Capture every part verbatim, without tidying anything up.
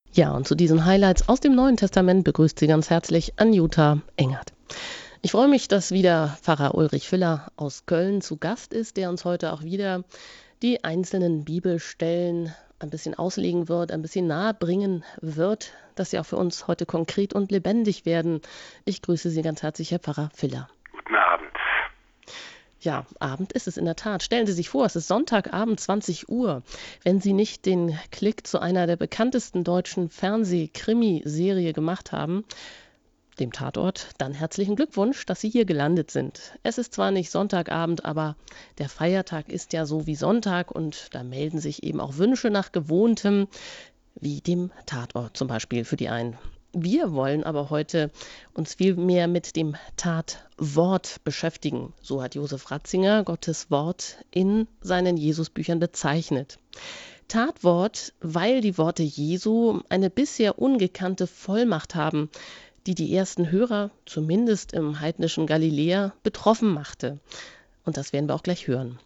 Ja, und zu diesen Highlights aus dem Neuen Testament begrüßt Sie ganz herzlich Anjuta Engert. Ich freue mich, dass wieder Pfarrer Ulrich Filler aus Köln zu Gast ist, der uns heute auch wieder die einzelnen Bibelstellen ein bisschen auslegen wird, ein bisschen nahe bringen wird, dass sie auch für uns heute konkret und lebendig werden. Ich grüße Sie ganz herzlich, Herr Pfarrer Filler. Guten Abend. Ja, Abend ist es in der Tat. Stellen Sie sich vor, es ist Sonntagabend zwanzig Uhr. Wenn Sie nicht den Klick zu einer der bekanntesten deutschen Fernseh-Krimi-Serie gemacht haben, dem Tatort, dann herzlichen Glückwunsch, dass Sie hier gelandet sind. Es ist zwar nicht Sonntagabend, aber der Feiertag ist ja so wie Sonntag und da melden sich eben auch Wünsche nach Gewohntem, wie dem Tatort zum Beispiel für die einen. Wir wollen aber heute uns viel mehr mit dem Tatwort beschäftigen. So hat Josef Ratzinger Gottes Wort in seinen Jesusbüchern bezeichnet. Tatwort, weil die Worte Jesu eine bisher ungekannte Vollmacht haben, die die ersten Hörer, zumindest im heidnischen Galiläa, betroffen machte. Und das werden wir auch gleich hören.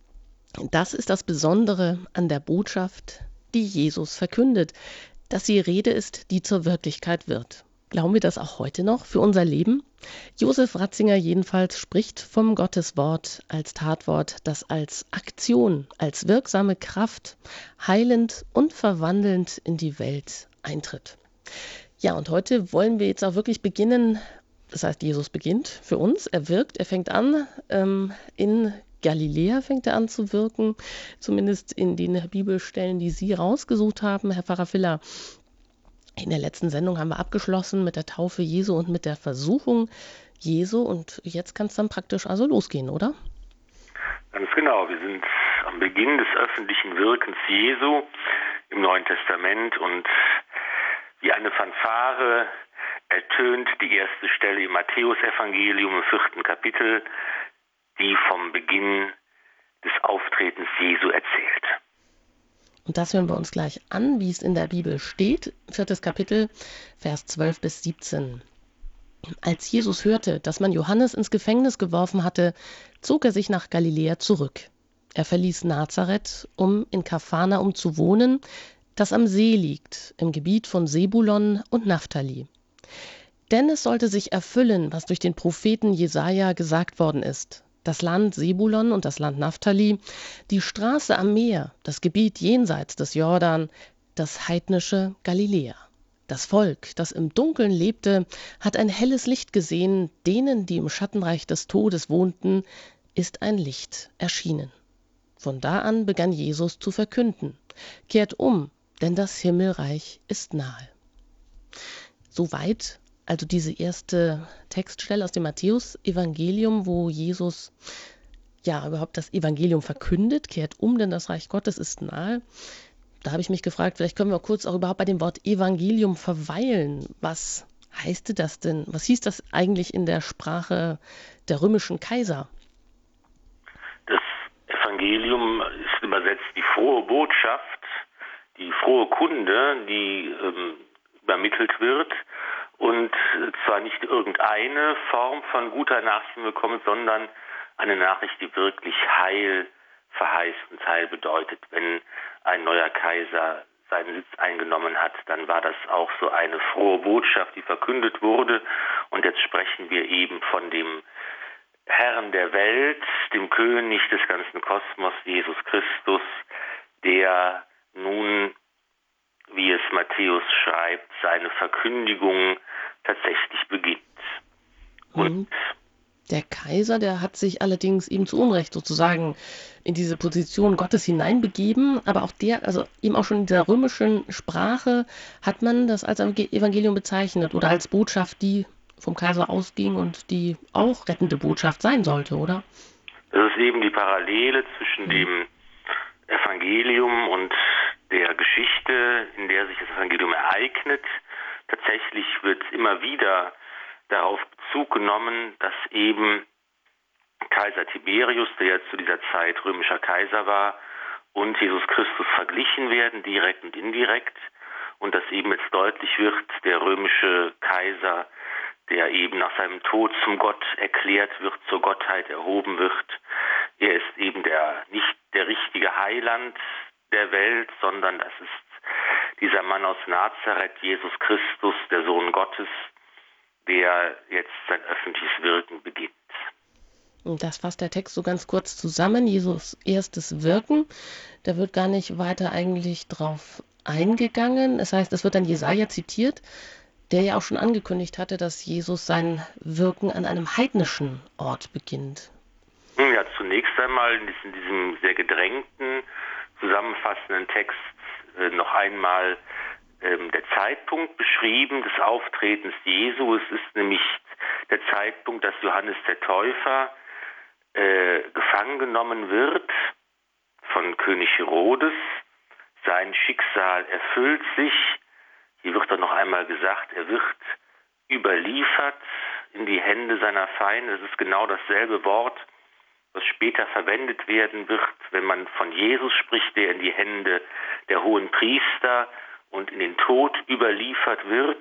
Das ist das Besondere an der Botschaft, die Jesus verkündet, dass sie Rede ist, die zur Wirklichkeit wird. Glauben wir das auch heute noch für unser Leben? Josef Ratzinger jedenfalls spricht vom Gotteswort als Tatwort, das als Aktion, als wirksame Kraft, heilend und verwandelnd in die Welt eintritt. Ja, und heute wollen wir jetzt auch wirklich beginnen. Das heißt, Jesus beginnt für uns, er wirkt, er fängt an, ähm, in Galiläa fängt er an zu wirken, zumindest in den Bibelstellen, die Sie rausgesucht haben, Herr Pfarrer Filler. In der letzten Sendung haben wir abgeschlossen mit der Taufe Jesu und mit der Versuchung Jesu und jetzt kann es dann praktisch also losgehen, oder? Ganz genau, wir sind am Beginn des öffentlichen Wirkens Jesu im Neuen Testament und wie eine Fanfare ertönt die erste Stelle im Matthäusevangelium im vierten Kapitel, die vom Beginn des Auftretens Jesu erzählt. Und das hören wir uns gleich an, wie es in der Bibel steht. Viertes Kapitel, Vers zwölf bis siebzehn. Als Jesus hörte, dass man Johannes ins Gefängnis geworfen hatte, zog er sich nach Galiläa zurück. Er verließ Nazareth, um in Kapharnaum zu wohnen, das am See liegt, im Gebiet von Sebulon und Naphtali. Denn es sollte sich erfüllen, was durch den Propheten Jesaja gesagt worden ist. Das Land Sebulon und das Land Naphtali, die Straße am Meer, das Gebiet jenseits des Jordan, das heidnische Galiläa. Das Volk, das im Dunkeln lebte, hat ein helles Licht gesehen, denen, die im Schattenreich des Todes wohnten, ist ein Licht erschienen. Von da an begann Jesus zu verkünden: Kehrt um, denn das Himmelreich ist nahe. Soweit also diese erste Textstelle aus dem Matthäus-Evangelium, wo Jesus ja überhaupt das Evangelium verkündet, kehrt um, denn das Reich Gottes ist nahe. Da habe ich mich gefragt, vielleicht können wir kurz auch überhaupt bei dem Wort Evangelium verweilen. Was heißt das denn? Was hieß das eigentlich in der Sprache der römischen Kaiser? Das Evangelium ist übersetzt die frohe Botschaft, die frohe Kunde, die ähm, übermittelt wird. Und zwar nicht irgendeine Form von guter Nachricht bekommen, sondern eine Nachricht, die wirklich Heil verheißt und Heil bedeutet. Wenn ein neuer Kaiser seinen Sitz eingenommen hat, dann war das auch so eine frohe Botschaft, die verkündet wurde. Und jetzt sprechen wir eben von dem Herrn der Welt, dem König des ganzen Kosmos, Jesus Christus, der nun, wie es Matthäus schreibt, seine Verkündigung tatsächlich beginnt. Und der Kaiser, der hat sich allerdings eben zu Unrecht sozusagen in diese Position Gottes hineinbegeben, aber auch der, also eben auch schon in dieser römischen Sprache hat man das als Evangelium bezeichnet oder als Botschaft, die vom Kaiser ausging und die auch rettende Botschaft sein sollte, oder? Das ist eben die Parallele zwischen dem Evangelium und der Geschichte, in der sich das Evangelium ereignet. Tatsächlich wird immer wieder darauf Bezug genommen, dass eben Kaiser Tiberius, der ja zu dieser Zeit römischer Kaiser war, und Jesus Christus verglichen werden, direkt und indirekt. Und dass eben jetzt deutlich wird, der römische Kaiser, der eben nach seinem Tod zum Gott erklärt wird, zur Gottheit erhoben wird, er ist eben der nicht der richtige Heiland der Welt, sondern das ist dieser Mann aus Nazareth, Jesus Christus, der Sohn Gottes, der jetzt sein öffentliches Wirken beginnt. Das fasst der Text so ganz kurz zusammen, Jesus erstes Wirken. Da wird gar nicht weiter eigentlich drauf eingegangen. Das heißt, es wird dann Jesaja zitiert, der ja auch schon angekündigt hatte, dass Jesus sein Wirken an einem heidnischen Ort beginnt. Ja, zunächst einmal in diesem, diesem sehr gedrängten, zusammenfassenden Text äh, noch einmal ähm, der Zeitpunkt beschrieben des Auftretens Jesu. Es ist nämlich der Zeitpunkt, dass Johannes der Täufer äh, gefangen genommen wird von König Herodes. Sein Schicksal erfüllt sich. Hier wird dann noch einmal gesagt, er wird überliefert in die Hände seiner Feinde. Das ist genau dasselbe Wort, was später verwendet werden wird, wenn man von Jesus spricht, der in die Hände der hohen Priester und in den Tod überliefert wird.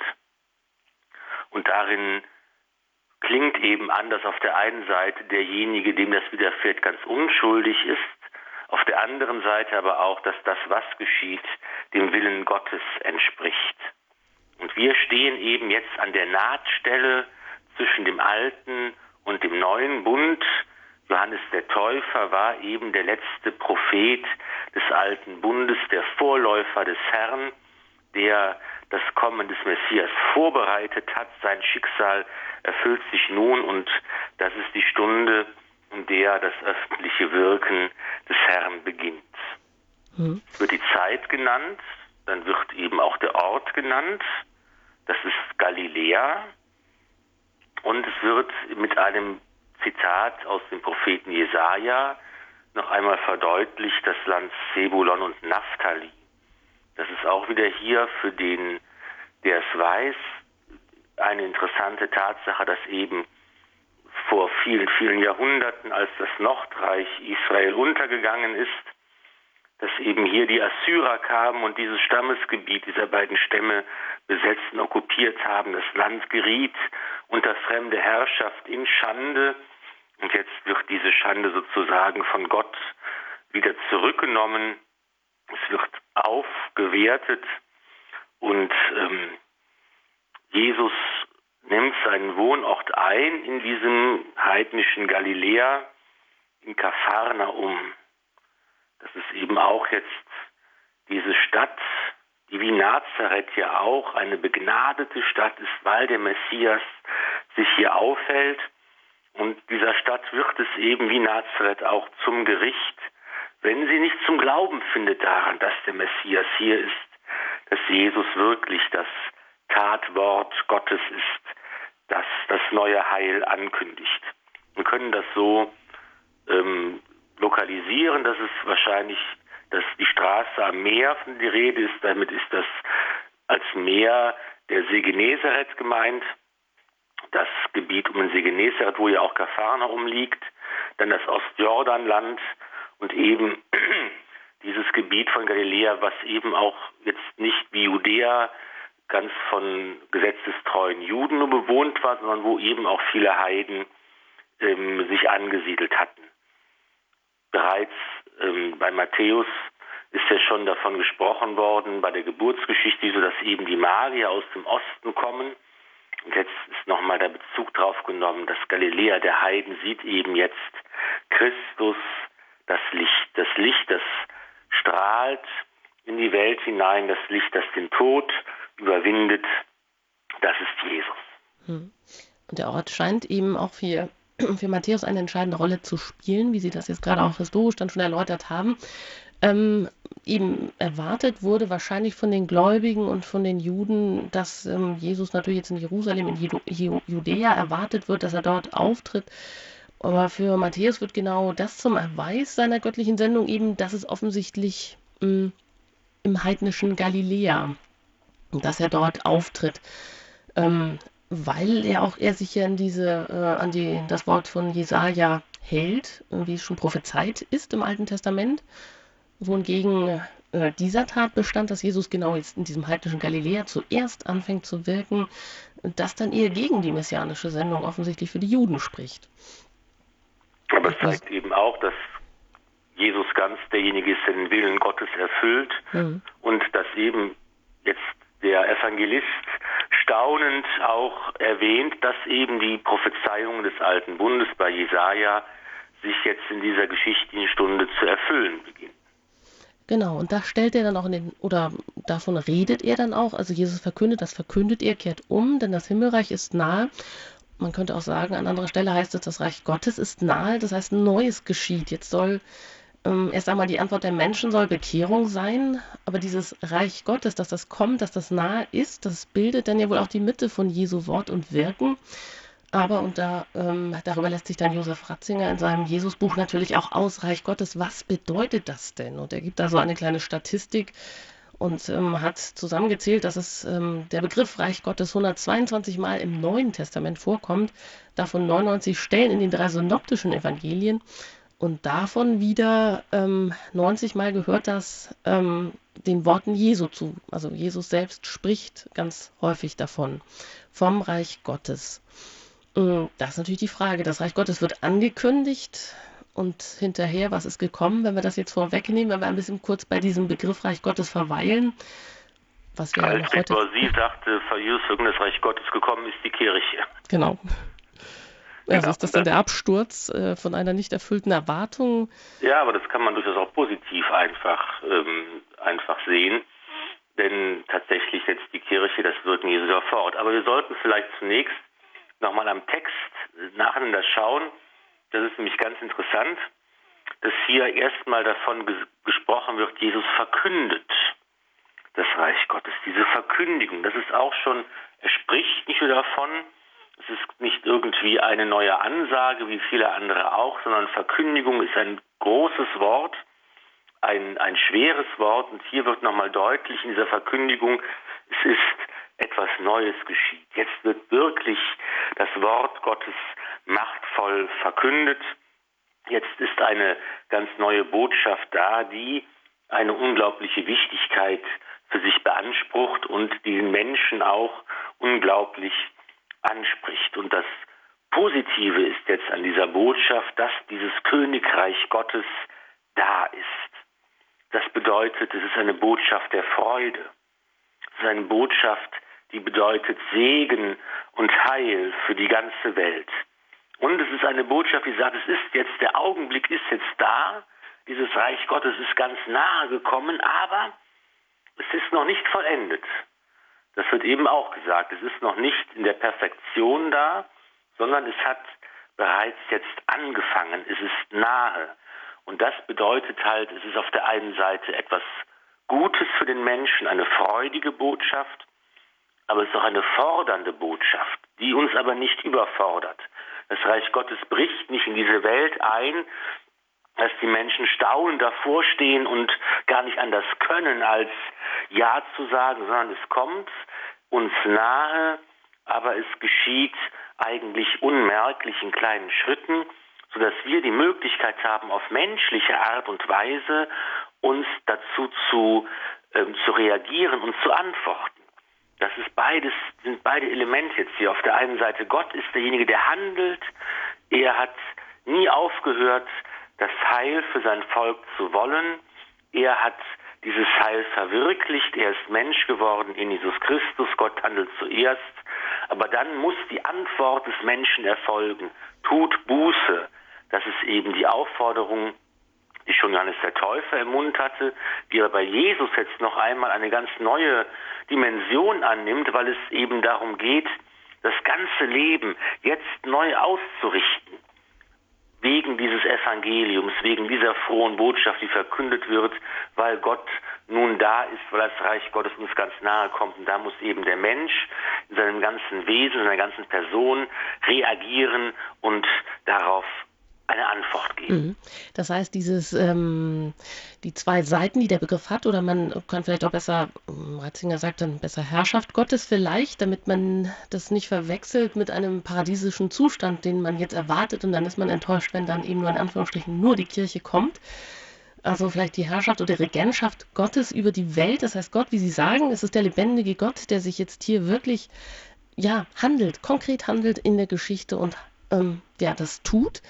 Und darin klingt eben an, dass auf der einen Seite derjenige, dem das widerfährt, ganz unschuldig ist, auf der anderen Seite aber auch, dass das, was geschieht, dem Willen Gottes entspricht. Und wir stehen eben jetzt an der Nahtstelle zwischen dem alten und dem neuen Bund. Johannes der Täufer war eben der letzte Prophet des alten Bundes, der Vorläufer des Herrn, der das Kommen des Messias vorbereitet hat. Sein Schicksal erfüllt sich nun und das ist die Stunde, in der das öffentliche Wirken des Herrn beginnt. Mhm. Es wird die Zeit genannt, dann wird eben auch der Ort genannt. Das ist Galiläa. Und es wird mit einem Zitat aus dem Propheten Jesaja noch einmal verdeutlicht, das Land Zebulon und Naphtali. Das ist auch wieder hier für den, der es weiß, eine interessante Tatsache, dass eben vor vielen, vielen Jahrhunderten, als das Nordreich Israel untergegangen ist, dass eben hier die Assyrer kamen und dieses Stammesgebiet dieser beiden Stämme besetzt und okkupiert haben. Das Land geriet unter fremde Herrschaft in Schande und jetzt wird diese Schande sozusagen von Gott wieder zurückgenommen. Es wird aufgewertet und ähm, Jesus nimmt seinen Wohnort ein in diesem heidnischen Galiläa, in Kapharnaum. Das ist eben auch jetzt diese Stadt, die wie Nazareth ja auch eine begnadete Stadt ist, weil der Messias sich hier aufhält. Und dieser Stadt wird es eben wie Nazareth auch zum Gericht, wenn sie nicht zum Glauben findet daran, dass der Messias hier ist, dass Jesus wirklich das Tatwort Gottes ist, das das neue Heil ankündigt. Wir können das so ähm, lokalisieren, dass es wahrscheinlich, dass die Straße am Meer von die Rede ist. Damit ist das als Meer der See Genezareth gemeint. Das Gebiet um den See Genezareth, wo ja auch Kapharnaum liegt. Dann das Ostjordanland und eben dieses Gebiet von Galiläa, was eben auch jetzt nicht wie Judäa ganz von gesetzestreuen Juden nur bewohnt war, sondern wo eben auch viele Heiden ähm, sich angesiedelt hatten. Bereits ähm, bei Matthäus ist ja schon davon gesprochen worden, bei der Geburtsgeschichte, so dass eben die Magier aus dem Osten kommen. Und jetzt ist nochmal der Bezug drauf genommen, dass Galiläa der Heiden sieht eben jetzt Christus, das Licht. Das Licht, das strahlt in die Welt hinein, das Licht, das den Tod überwindet, das ist Jesus. Und der Ort scheint eben auch für, für Matthäus eine entscheidende Rolle zu spielen, wie Sie das jetzt gerade auch historisch dann schon erläutert haben. Ähm, eben erwartet wurde wahrscheinlich von den Gläubigen und von den Juden, dass ähm, Jesus natürlich jetzt in Jerusalem, in Ju- Ju- Judäa erwartet wird, dass er dort auftritt. Aber für Matthäus wird genau das zum Erweis seiner göttlichen Sendung eben, dass es offensichtlich mh, im heidnischen Galiläa, dass er dort auftritt, ähm, weil er auch er sich ja an diese äh, an die das Wort von Jesaja hält, wie es schon prophezeit ist im Alten Testament, wohingegen äh, dieser Tatbestand, dass Jesus genau jetzt in diesem heidnischen Galiläa zuerst anfängt zu wirken, das dann eher gegen die messianische Sendung offensichtlich für die Juden spricht. Aber es zeigt eben auch, dass Jesus ganz derjenige ist, der den Willen Gottes erfüllt mhm. und dass eben jetzt der Evangelist staunend auch erwähnt, dass eben die Prophezeiungen des Alten Bundes bei Jesaja sich jetzt in dieser geschichtlichen Stunde zu erfüllen beginnen. Genau, und da stellt er dann auch in den, oder davon redet er dann auch, also Jesus verkündet, das verkündet er, kehrt um, denn das Himmelreich ist nahe. Man könnte auch sagen, an anderer Stelle heißt es, das Reich Gottes ist nahe, das heißt, ein Neues geschieht. Jetzt soll ähm, erst einmal die Antwort der Menschen soll Bekehrung sein, aber dieses Reich Gottes, dass das kommt, dass das nahe ist, das bildet dann ja wohl auch die Mitte von Jesu Wort und Wirken. Aber, und da, ähm, darüber lässt sich dann Josef Ratzinger in seinem Jesusbuch natürlich auch aus, Reich Gottes, was bedeutet das denn? Und er gibt da so eine kleine Statistik und ähm, hat zusammengezählt, dass es ähm, der Begriff Reich Gottes hundertzweiundzwanzig Mal im Neuen Testament vorkommt, davon neunundneunzig Stellen in den drei synoptischen Evangelien und davon wieder ähm, neunzig Mal gehört das ähm, den Worten Jesu zu. Also Jesus selbst spricht ganz häufig davon, vom Reich Gottes. Das ist natürlich die Frage. Das Reich Gottes wird angekündigt und hinterher, was ist gekommen? Wenn wir das jetzt vorwegnehmen, wenn wir ein bisschen kurz bei diesem Begriff Reich Gottes verweilen, was wir ja noch heute... Als sie sagte, Verjüßung des Reich Gottes gekommen ist die Kirche. Genau. Also ist das dann der Absturz äh, von einer nicht erfüllten Erwartung? Ja, aber das kann man durchaus auch positiv einfach, ähm, einfach sehen. Denn tatsächlich setzt die Kirche das Wirken Jesu fort. Aber wir sollten vielleicht zunächst nochmal am Text nacheinander schauen. Das ist nämlich ganz interessant, dass hier erstmal davon ges- gesprochen wird, Jesus verkündet das Reich Gottes. Diese Verkündigung, das ist auch schon, er spricht nicht nur davon, es ist nicht irgendwie eine neue Ansage, wie viele andere auch, sondern Verkündigung ist ein großes Wort, ein, ein schweres Wort. Und hier wird nochmal deutlich in dieser Verkündigung, es ist etwas Neues geschieht. Jetzt wird wirklich das Wort Gottes machtvoll verkündet. Jetzt ist eine ganz neue Botschaft da, die eine unglaubliche Wichtigkeit für sich beansprucht und die den Menschen auch unglaublich anspricht. Und das Positive ist jetzt an dieser Botschaft, dass dieses Königreich Gottes da ist. Das bedeutet, es ist eine Botschaft der Freude. Es ist eine Botschaft, die bedeutet Segen und Heil für die ganze Welt. Und es ist eine Botschaft, die sagt, es ist jetzt, der Augenblick ist jetzt da, dieses Reich Gottes ist ganz nahe gekommen, aber es ist noch nicht vollendet. Das wird eben auch gesagt, es ist noch nicht in der Perfektion da, sondern es hat bereits jetzt angefangen, es ist nahe. Und das bedeutet halt, es ist auf der einen Seite etwas Gutes für den Menschen, eine freudige Botschaft, aber es ist auch eine fordernde Botschaft, die uns aber nicht überfordert. Das Reich Gottes bricht nicht in diese Welt ein, dass die Menschen staunend davor stehen und gar nicht anders können, als Ja zu sagen, sondern es kommt uns nahe, aber es geschieht eigentlich unmerklich in kleinen Schritten, sodass wir die Möglichkeit haben, auf menschliche Art und Weise uns dazu zu, ähm, zu reagieren und zu antworten. Das ist beides, sind beide Elemente jetzt hier. Auf der einen Seite, Gott ist derjenige, der handelt. Er hat nie aufgehört, das Heil für sein Volk zu wollen. Er hat dieses Heil verwirklicht. Er ist Mensch geworden in Jesus Christus. Gott handelt zuerst. Aber dann muss die Antwort des Menschen erfolgen. Tut Buße. Das ist eben die Aufforderung, die schon Johannes der Täufer im Mund hatte, die aber bei Jesus jetzt noch einmal eine ganz neue Dimension annimmt, weil es eben darum geht, das ganze Leben jetzt neu auszurichten. Wegen dieses Evangeliums, wegen dieser frohen Botschaft, die verkündet wird, weil Gott nun da ist, weil das Reich Gottes uns ganz nahe kommt. Und da muss eben der Mensch in seinem ganzen Wesen, in seiner ganzen Person reagieren und darauf eine Antwort geben. Das heißt, dieses, ähm, die zwei Seiten, die der Begriff hat, oder man kann vielleicht auch besser, Ratzinger sagt dann besser Herrschaft Gottes vielleicht, damit man das nicht verwechselt mit einem paradiesischen Zustand, den man jetzt erwartet, und dann ist man enttäuscht, wenn dann eben nur in Anführungsstrichen nur die Kirche kommt. Also vielleicht die Herrschaft oder Regentschaft Gottes über die Welt. Das heißt, Gott, wie Sie sagen, es ist der lebendige Gott, der sich jetzt hier wirklich, ja, handelt, konkret handelt in der Geschichte und ähm, ja, das tut.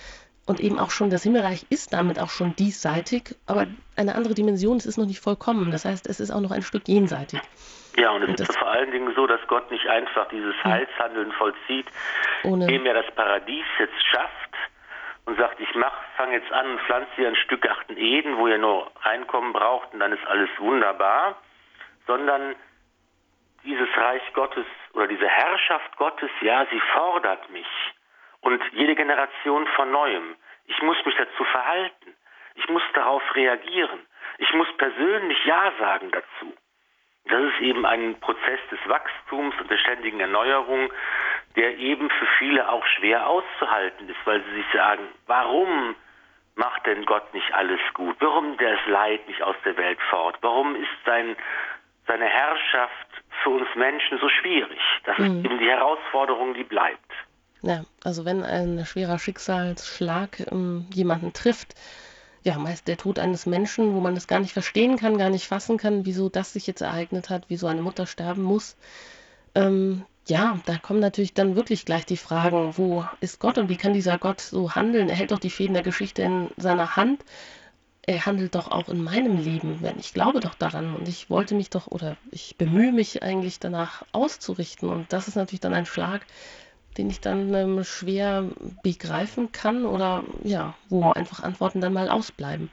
Und eben auch schon das Himmelreich ist damit auch schon diesseitig, aber eine andere Dimension, es ist noch nicht vollkommen. Das heißt, es ist auch noch ein Stück jenseitig. Ja, und es und ist das, vor allen Dingen so, dass Gott nicht einfach dieses Heilshandeln vollzieht, ohne, indem er das Paradies jetzt schafft und sagt, ich mach, fang jetzt an und pflanze hier ein Stück Garten Eden, wo ihr nur reinkommen braucht und dann ist alles wunderbar, sondern dieses Reich Gottes oder diese Herrschaft Gottes, ja, sie fordert mich und jede Generation von Neuem. Ich muss mich dazu verhalten. Ich muss darauf reagieren. Ich muss persönlich Ja sagen dazu. Das ist eben ein Prozess des Wachstums und der ständigen Erneuerung, der eben für viele auch schwer auszuhalten ist, weil sie sich sagen, warum macht denn Gott nicht alles gut? Warum das Leid nicht aus der Welt fort? Warum ist sein, seine Herrschaft für uns Menschen so schwierig? Das ist Mhm. eben die Herausforderung, die bleibt. Ja, also wenn ein schwerer Schicksalsschlag ähm, jemanden trifft, ja, meist der Tod eines Menschen, wo man das gar nicht verstehen kann, gar nicht fassen kann, wieso das sich jetzt ereignet hat, wieso eine Mutter sterben muss. Ähm, ja, da kommen natürlich dann wirklich gleich die Fragen, wo ist Gott und wie kann dieser Gott so handeln? Er hält doch die Fäden der Geschichte in seiner Hand. Er handelt doch auch in meinem Leben, wenn ich glaube doch daran und ich wollte mich doch oder ich bemühe mich eigentlich danach auszurichten und das ist natürlich dann ein Schlag, den ich dann ähm, schwer begreifen kann oder ja, wo einfach Antworten dann mal ausbleiben.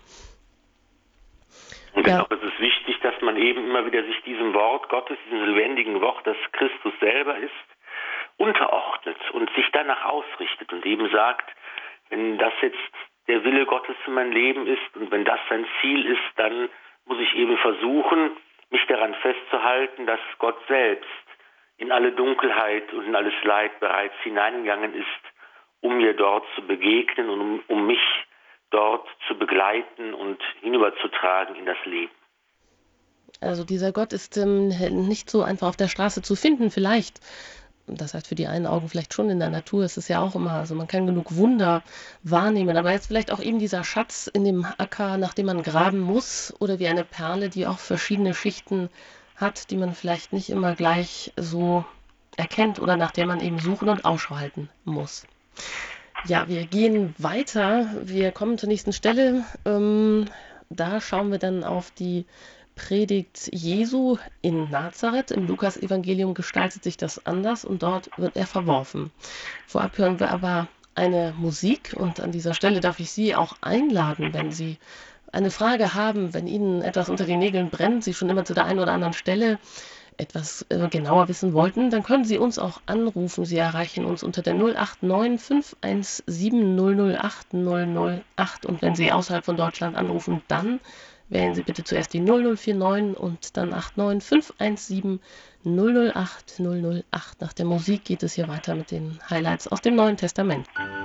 Und Ja. deshalb ist es wichtig, dass man eben immer wieder sich diesem Wort Gottes, diesem lebendigen Wort, das Christus selber ist, unterordnet und sich danach ausrichtet und eben sagt, wenn das jetzt der Wille Gottes für mein Leben ist und wenn das sein Ziel ist, dann muss ich eben versuchen, mich daran festzuhalten, dass Gott selbst in alle Dunkelheit und in alles Leid bereits hineingegangen ist, um mir dort zu begegnen und um, um mich dort zu begleiten und hinüberzutragen in das Leben. Also dieser Gott ist ähm, nicht so einfach auf der Straße zu finden, vielleicht. Das heißt für die einen Augen vielleicht schon in der Natur, ist es ja auch immer, also man kann genug Wunder wahrnehmen, aber jetzt vielleicht auch eben dieser Schatz in dem Acker, nach dem man graben muss oder wie eine Perle, die auch verschiedene Schichten hat, die man vielleicht nicht immer gleich so erkennt oder nach der man eben suchen und Ausschau halten muss. Ja, wir gehen weiter. Wir kommen zur nächsten Stelle. Ähm, da schauen wir dann auf die Predigt Jesu in Nazareth. Im Lukas-Evangelium gestaltet sich das anders und dort wird er verworfen. Vorab hören wir aber eine Musik und an dieser Stelle darf ich Sie auch einladen, wenn Sie eine Frage haben, wenn Ihnen etwas unter den Nägeln brennt, Sie schon immer zu der einen oder anderen Stelle etwas äh, genauer wissen wollten, dann können Sie uns auch anrufen. Sie erreichen uns unter der null acht neun fünf eins sieben null null acht null null acht und wenn Sie außerhalb von Deutschland anrufen, dann wählen Sie bitte zuerst die null null vier neun und dann acht neun fünf eins sieben null null acht null null acht. Nach der Musik geht es hier weiter mit den Highlights aus dem Neuen Testament.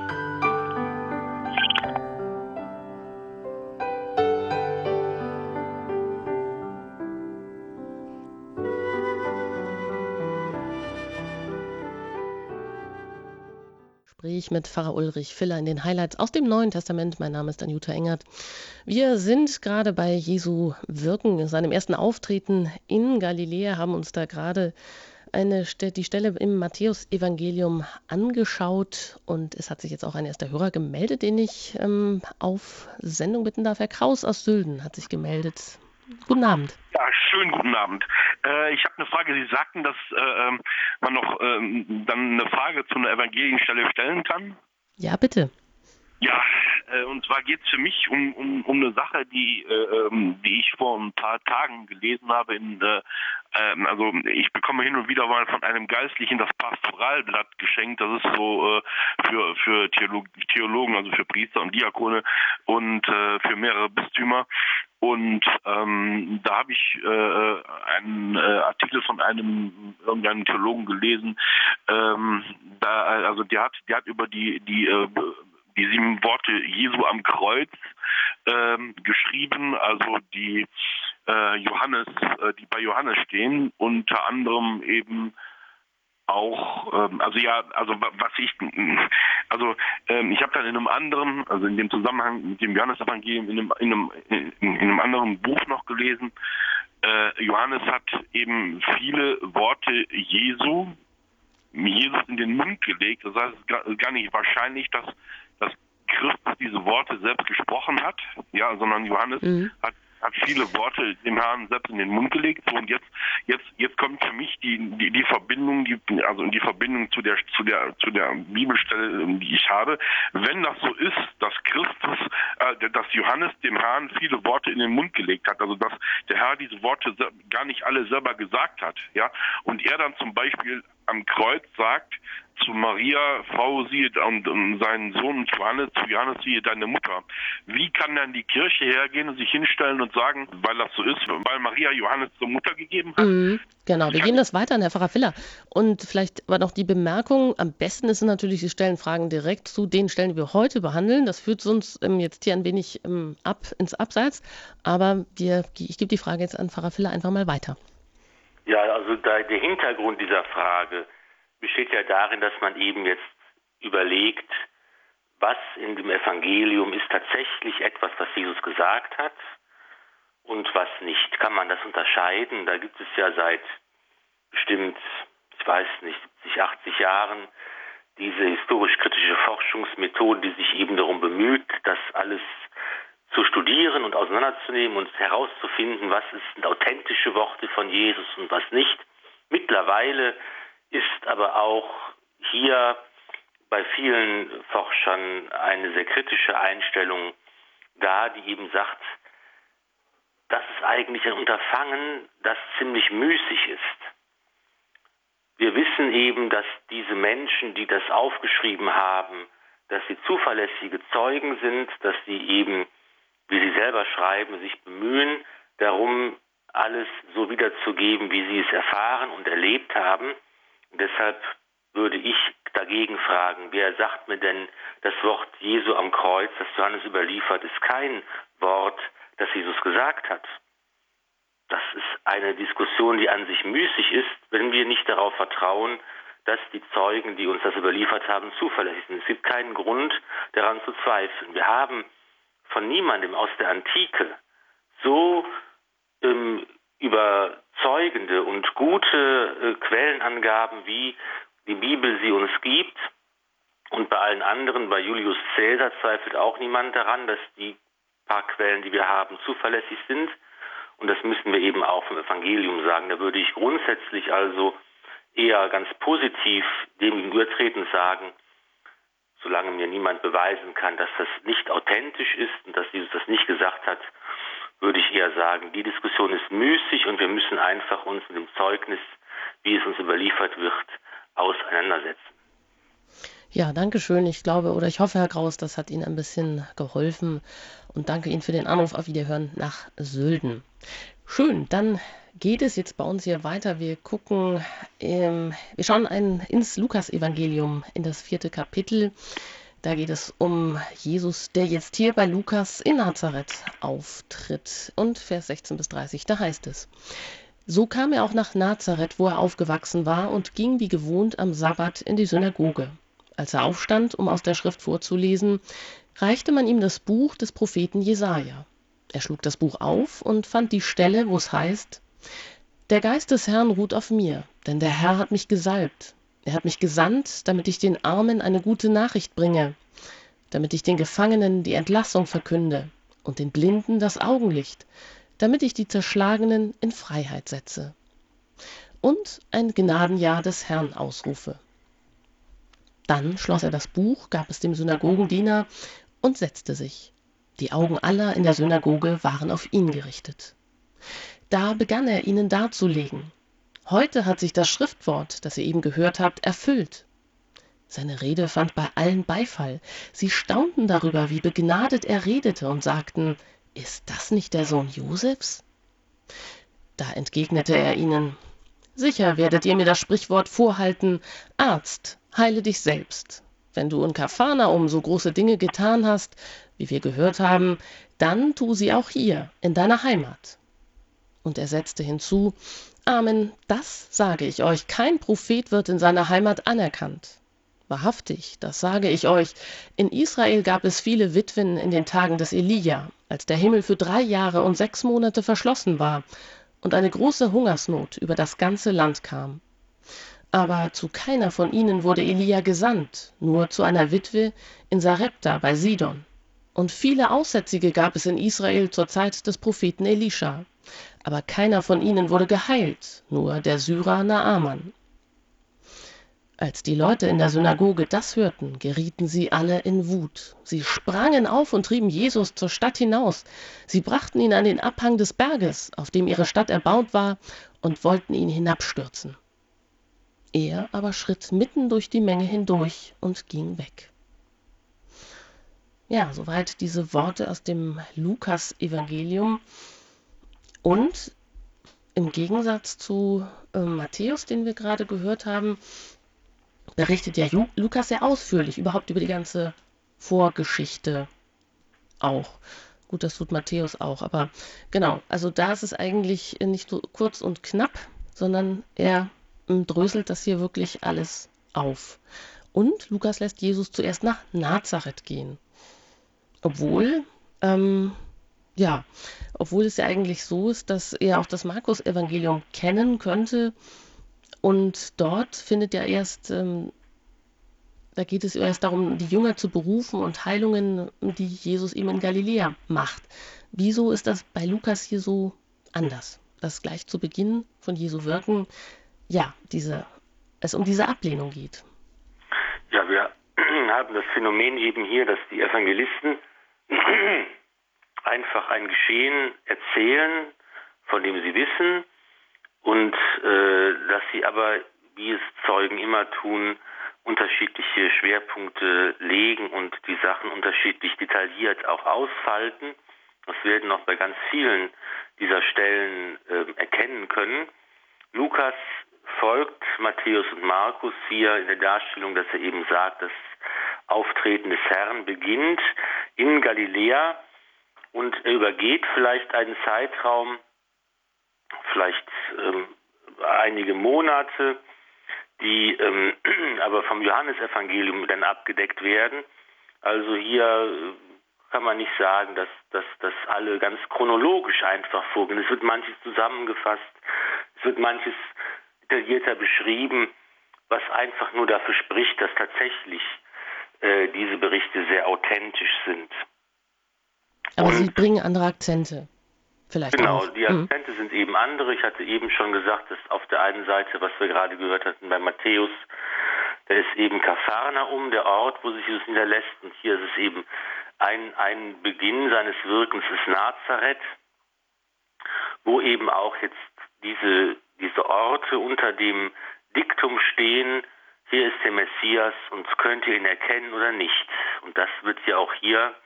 Gespräch mit Pfarrer Ulrich Filler in den Highlights aus dem Neuen Testament. Mein Name ist Anjuta Engert. Wir sind gerade bei Jesu Wirken, seinem ersten Auftreten in Galiläa, haben uns da gerade eine, die Stelle im Matthäus-Evangelium angeschaut und es hat sich jetzt auch ein erster Hörer gemeldet, den ich ähm, auf Sendung bitten darf. Herr Kraus aus Sülden hat sich gemeldet. Guten Abend. Ja, schönen guten Abend. Äh, ich habe eine Frage. Sie sagten, dass äh, man noch äh, dann eine Frage zu einer Evangelienstelle stellen kann. Ja, bitte. Ja, äh, und zwar geht es für mich um, um, um eine Sache, die, äh, die ich vor ein paar Tagen gelesen habe. In, äh, äh, also ich bekomme hin und wieder mal von einem Geistlichen das Pastoralblatt geschenkt. Das ist so äh, für, für Theolog- Theologen, also für Priester und Diakone und äh, für mehrere Bistümer. Und ähm, da habe ich äh, einen äh, Artikel von einem irgendeinem Theologen gelesen. Ähm, da, also der hat, der hat über die die äh, die sieben Worte Jesu am Kreuz ähm, geschrieben, also die äh, Johannes, äh, die bei Johannes stehen, unter anderem eben auch, ähm, also ja, also was ich, also ähm, ich habe dann in einem anderen, also in dem Zusammenhang mit dem Johannes-Evangelium in einem, in einem, in, in einem anderen Buch noch gelesen, äh, Johannes hat eben viele Worte Jesu, Jesus in den Mund gelegt. Das heißt, es ist gar nicht wahrscheinlich, dass, dass Christus diese Worte selbst gesprochen hat, ja, sondern Johannes mhm. hat hat viele Worte dem Herrn selbst in den Mund gelegt. So, und jetzt, jetzt, jetzt kommt für mich die, die, die Verbindung, die, also die Verbindung zu der, zu der, zu der Bibelstelle, die ich habe. Wenn das so ist, dass Christus, äh, dass Johannes dem Herrn viele Worte in den Mund gelegt hat, also dass der Herr diese Worte gar nicht alle selber gesagt hat, ja, und er dann zum Beispiel am Kreuz sagt zu Maria, Frau, siehe, und, und seinen Sohn Johannes, zu Johannes, siehe deine Mutter. Wie kann dann die Kirche hergehen und sich hinstellen und sagen, weil das so ist, weil Maria Johannes zur Mutter gegeben hat? Mhm, genau, wir gehen das weiter an, Herr Pfarrer Viller. Und vielleicht war noch die Bemerkung, am besten ist es natürlich, Sie stellen Fragen direkt zu den Stellen, die wir heute behandeln. Das führt uns ähm, jetzt hier ein wenig ähm, ab ins Abseits. Aber wir, ich gebe die Frage jetzt an Pfarrer Viller einfach mal weiter. Ja, also da, der Hintergrund dieser Frage besteht ja darin, dass man eben jetzt überlegt, was in dem Evangelium ist tatsächlich etwas, was Jesus gesagt hat und was nicht. Kann man das unterscheiden? Da gibt es ja seit bestimmt, ich weiß nicht, siebzig, achtzig Jahren diese historisch-kritische Forschungsmethode, die sich eben darum bemüht, das alles zu studieren und auseinanderzunehmen und herauszufinden, was sind authentische Worte von Jesus und was nicht. Mittlerweile ist aber auch hier bei vielen Forschern eine sehr kritische Einstellung da, die eben sagt, das ist eigentlich ein Unterfangen, das ziemlich müßig ist. Wir wissen eben, dass diese Menschen, die das aufgeschrieben haben, dass sie zuverlässige Zeugen sind, dass sie eben, wie sie selber schreiben, sich bemühen, darum alles so wiederzugeben, wie sie es erfahren und erlebt haben. Und deshalb würde ich dagegen fragen, wer sagt mir denn, das Wort Jesu am Kreuz, das Johannes überliefert, ist kein Wort, das Jesus gesagt hat. Das ist eine Diskussion, die an sich müßig ist, wenn wir nicht darauf vertrauen, dass die Zeugen, die uns das überliefert haben, zuverlässig sind. Es gibt keinen Grund, daran zu zweifeln. Wir haben von niemandem aus der Antike so ähm, überzeugende und gute äh, Quellenangaben, wie die Bibel sie uns gibt. Und bei allen anderen, bei Julius Caesar zweifelt auch niemand daran, dass die paar Quellen, die wir haben, zuverlässig sind. Und das müssen wir eben auch vom Evangelium sagen. Da würde ich grundsätzlich also eher ganz positiv dem gegenübertretend sagen, solange mir niemand beweisen kann, dass das nicht authentisch ist und dass Jesus das nicht gesagt hat, würde ich eher sagen, die Diskussion ist müßig und wir müssen einfach uns mit dem Zeugnis, wie es uns überliefert wird, auseinandersetzen. Ja, danke schön. Ich glaube oder ich hoffe, Herr Kraus, das hat Ihnen ein bisschen geholfen und danke Ihnen für den Anruf. Auf Wiederhören nach Sölden. Schön, dann geht es jetzt bei uns hier weiter. Wir gucken, ähm, wir schauen ein, ins Lukas-Evangelium, in das vierte Kapitel. Da geht es um Jesus, der jetzt hier bei Lukas in Nazareth auftritt. Und Vers sechzehn bis dreißig, da heißt es: So kam er auch nach Nazareth, wo er aufgewachsen war, und ging wie gewohnt am Sabbat in die Synagoge. Als er aufstand, um aus der Schrift vorzulesen, reichte man ihm das Buch des Propheten Jesaja. Er schlug das Buch auf und fand die Stelle, wo es heißt: Der Geist des Herrn ruht auf mir, denn der Herr hat mich gesalbt. Er hat mich gesandt, damit ich den Armen eine gute Nachricht bringe, damit ich den Gefangenen die Entlassung verkünde und den Blinden das Augenlicht, damit ich die Zerschlagenen in Freiheit setze und ein Gnadenjahr des Herrn ausrufe. Dann schloss er das Buch, gab es dem Synagogendiener und setzte sich. Die Augen aller in der Synagoge waren auf ihn gerichtet. Da begann er ihnen darzulegen: Heute hat sich das Schriftwort, das ihr eben gehört habt, erfüllt. Seine Rede fand bei allen Beifall. Sie staunten darüber, wie begnadet er redete und sagten: Ist das nicht der Sohn Josefs? Da entgegnete er ihnen: Sicher werdet ihr mir das Sprichwort vorhalten: Arzt, heile dich selbst. Wenn du in Kapharnaum so große Dinge getan hast, wie wir gehört haben, dann tu sie auch hier, in deiner Heimat. Und er setzte hinzu: Amen, das sage ich euch, kein Prophet wird in seiner Heimat anerkannt. Wahrhaftig, das sage ich euch, in Israel gab es viele Witwen in den Tagen des Elia, als der Himmel für drei Jahre und sechs Monate verschlossen war und eine große Hungersnot über das ganze Land kam. Aber zu keiner von ihnen wurde Elia gesandt, nur zu einer Witwe in Sarepta bei Sidon. Und viele Aussätzige gab es in Israel zur Zeit des Propheten Elisha. Aber keiner von ihnen wurde geheilt, nur der Syrer Naaman. Als die Leute in der Synagoge das hörten, gerieten sie alle in Wut. Sie sprangen auf und trieben Jesus zur Stadt hinaus. Sie brachten ihn an den Abhang des Berges, auf dem ihre Stadt erbaut war, und wollten ihn hinabstürzen. Er aber schritt mitten durch die Menge hindurch und ging weg. Ja, soweit diese Worte aus dem Lukas-Evangelium. Und im Gegensatz zu äh, Matthäus, den wir gerade gehört haben, berichtet ja Ju- Lukas sehr ausführlich überhaupt über die ganze Vorgeschichte auch. Gut, das tut Matthäus auch, aber genau, also da ist es eigentlich nicht so kurz und knapp, sondern er ähm, dröselt das hier wirklich alles auf. Und Lukas lässt Jesus zuerst nach Nazareth gehen. Obwohl, ähm, ja, obwohl es ja eigentlich so ist, dass er auch das Markus-Evangelium kennen könnte. Und dort findet ja erst, ähm, da geht es erst darum, die Jünger zu berufen und Heilungen, die Jesus eben in Galiläa macht. Wieso ist das bei Lukas hier so anders? Dass gleich zu Beginn von Jesu Wirken, ja, diese, es um diese Ablehnung geht. Ja, wir haben das Phänomen eben hier, dass die Evangelisten einfach ein Geschehen erzählen, von dem sie wissen, und äh, dass sie aber, wie es Zeugen immer tun, unterschiedliche Schwerpunkte legen und die Sachen unterschiedlich detailliert auch ausfalten. Das werden auch bei ganz vielen dieser Stellen äh, erkennen können. Lukas folgt Matthäus und Markus hier in der Darstellung, dass er eben sagt, das Auftreten des Herrn beginnt in Galiläa und er übergeht vielleicht einen Zeitraum, vielleicht ähm, einige Monate, die ähm, aber vom Johannesevangelium dann abgedeckt werden. Also hier äh, kann man nicht sagen, dass, dass, dass alle ganz chronologisch einfach vorgehen. Es wird manches zusammengefasst, es wird manches detaillierter beschrieben, was einfach nur dafür spricht, dass tatsächlich äh, diese Berichte sehr authentisch sind. Aber Und sie bringen andere Akzente. Vielleicht genau, auch. die Akzente mhm. sind eben andere. Ich hatte eben schon gesagt, dass auf der einen Seite, was wir gerade gehört hatten bei Matthäus, da ist eben Kapharnaum, der Ort, wo sich Jesus niederlässt. Und hier ist es eben ein, ein Beginn seines Wirkens ist Nazareth, wo eben auch jetzt diese, diese Orte unter dem Diktum stehen, hier ist der Messias und könnt ihr ihn erkennen oder nicht. Und das wird ja auch hier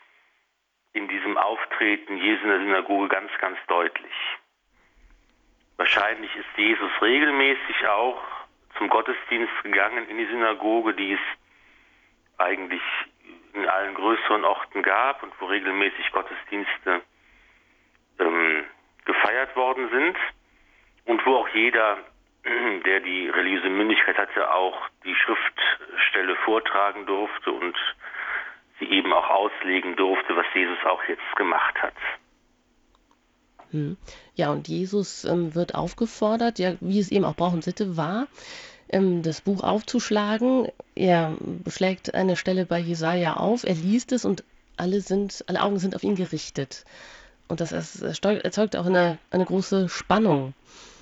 in diesem Auftreten Jesu in der Synagoge ganz, ganz deutlich. Wahrscheinlich ist Jesus regelmäßig auch zum Gottesdienst gegangen in die Synagoge, die es eigentlich in allen größeren Orten gab und wo regelmäßig Gottesdienste ähm, gefeiert worden sind und wo auch jeder, der die religiöse Mündigkeit hatte, auch die Schriftstelle vortragen durfte und sie eben auch auslegen durfte, was Jesus auch jetzt gemacht hat. Hm. Ja, und Jesus ähm, wird aufgefordert, ja, wie es eben auch Brauch und Sitte war, ähm, das Buch aufzuschlagen. Er schlägt eine Stelle bei Jesaja auf, er liest es und alle sind, alle Augen sind auf ihn gerichtet. Und das ist, erzeugt auch eine, eine große Spannung.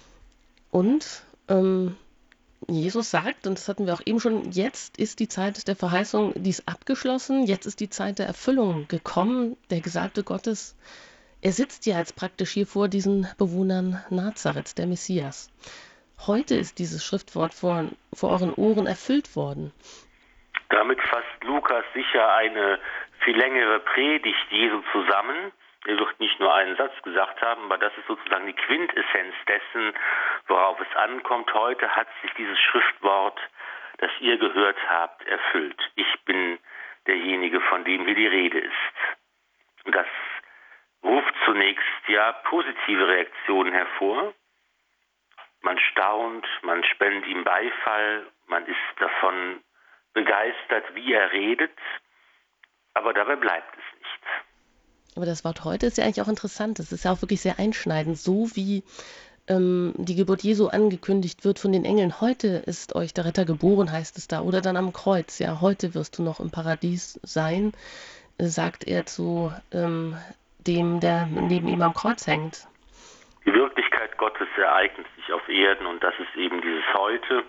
Und ähm, Jesus sagt, und das hatten wir auch eben schon, jetzt ist die Zeit der Verheißung, die ist abgeschlossen, jetzt ist die Zeit der Erfüllung gekommen, der Gesagte Gottes. Er sitzt ja jetzt praktisch hier vor diesen Bewohnern Nazareths, der Messias. Heute ist dieses Schriftwort vor, vor euren Ohren erfüllt worden. Damit fasst Lukas sicher eine viel längere Predigt Jesu zusammen. Er wird nicht nur einen Satz gesagt haben, aber das ist sozusagen die Quintessenz dessen, worauf es ankommt. Heute hat sich dieses Schriftwort, das ihr gehört habt, erfüllt. Ich bin derjenige, von dem hier die Rede ist. Und das ruft zunächst ja positive Reaktionen hervor. Man staunt, man spendet ihm Beifall, man ist davon begeistert, wie er redet, aber dabei bleibt es nicht. Aber das Wort heute ist ja eigentlich auch interessant. Das ist ja auch wirklich sehr einschneidend. So wie ähm, die Geburt Jesu angekündigt wird von den Engeln. Heute ist euch der Retter geboren, heißt es da. Oder dann am Kreuz, ja, heute wirst du noch im Paradies sein, äh, sagt er zu ähm, dem, der neben ihm am Kreuz hängt. Die Wirklichkeit Gottes ereignet sich auf Erden und das ist eben dieses Heute,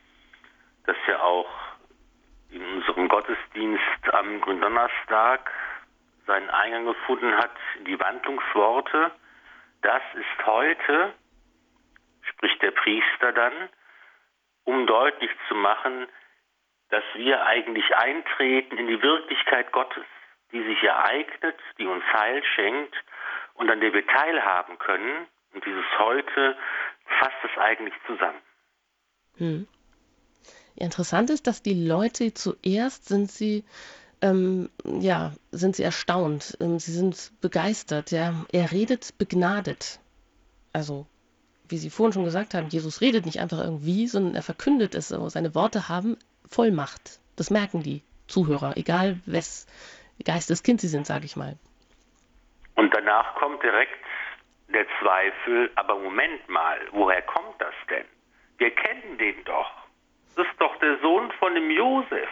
das ja auch in unserem Gottesdienst am Gründonnerstag seinen Eingang gefunden hat in die Wandlungsworte. Das ist heute, spricht der Priester dann, um deutlich zu machen, dass wir eigentlich eintreten in die Wirklichkeit Gottes, die sich ereignet, die uns Heil schenkt und an der wir teilhaben können. Und dieses Heute fasst es eigentlich zusammen. Hm. Ja, interessant ist, dass die Leute zuerst sind sie, ähm, ja, sind sie erstaunt, ähm, sie sind begeistert. Ja. Er redet begnadet. Also, wie Sie vorhin schon gesagt haben, Jesus redet nicht einfach irgendwie, sondern er verkündet es. So. Seine Worte haben Vollmacht. Das merken die Zuhörer, egal wes Geisteskind sie sind, sage ich mal. Und danach kommt direkt der Zweifel, aber Moment mal, woher kommt das denn? Wir kennen den doch. Das ist doch der Sohn von dem Josef,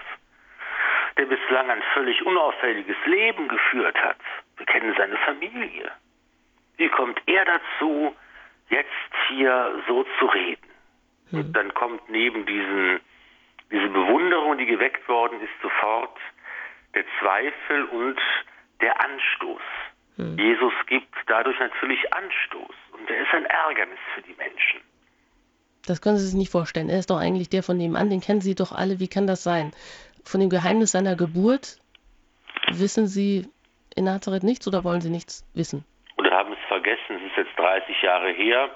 der bislang ein völlig unauffälliges Leben geführt hat. Wir kennen seine Familie. Wie kommt er dazu, jetzt hier so zu reden? Hm. Und dann kommt neben diesen, diese Bewunderung, die geweckt worden ist, sofort der Zweifel und der Anstoß. Hm. Jesus gibt dadurch natürlich Anstoß und er ist ein Ärgernis für die Menschen. Das können Sie sich nicht vorstellen. Er ist doch eigentlich der von nebenan, den kennen Sie doch alle. Wie kann das sein? Von dem Geheimnis seiner Geburt wissen Sie in Nazareth nichts oder wollen Sie nichts wissen? Oder haben es vergessen, es ist jetzt dreißig Jahre her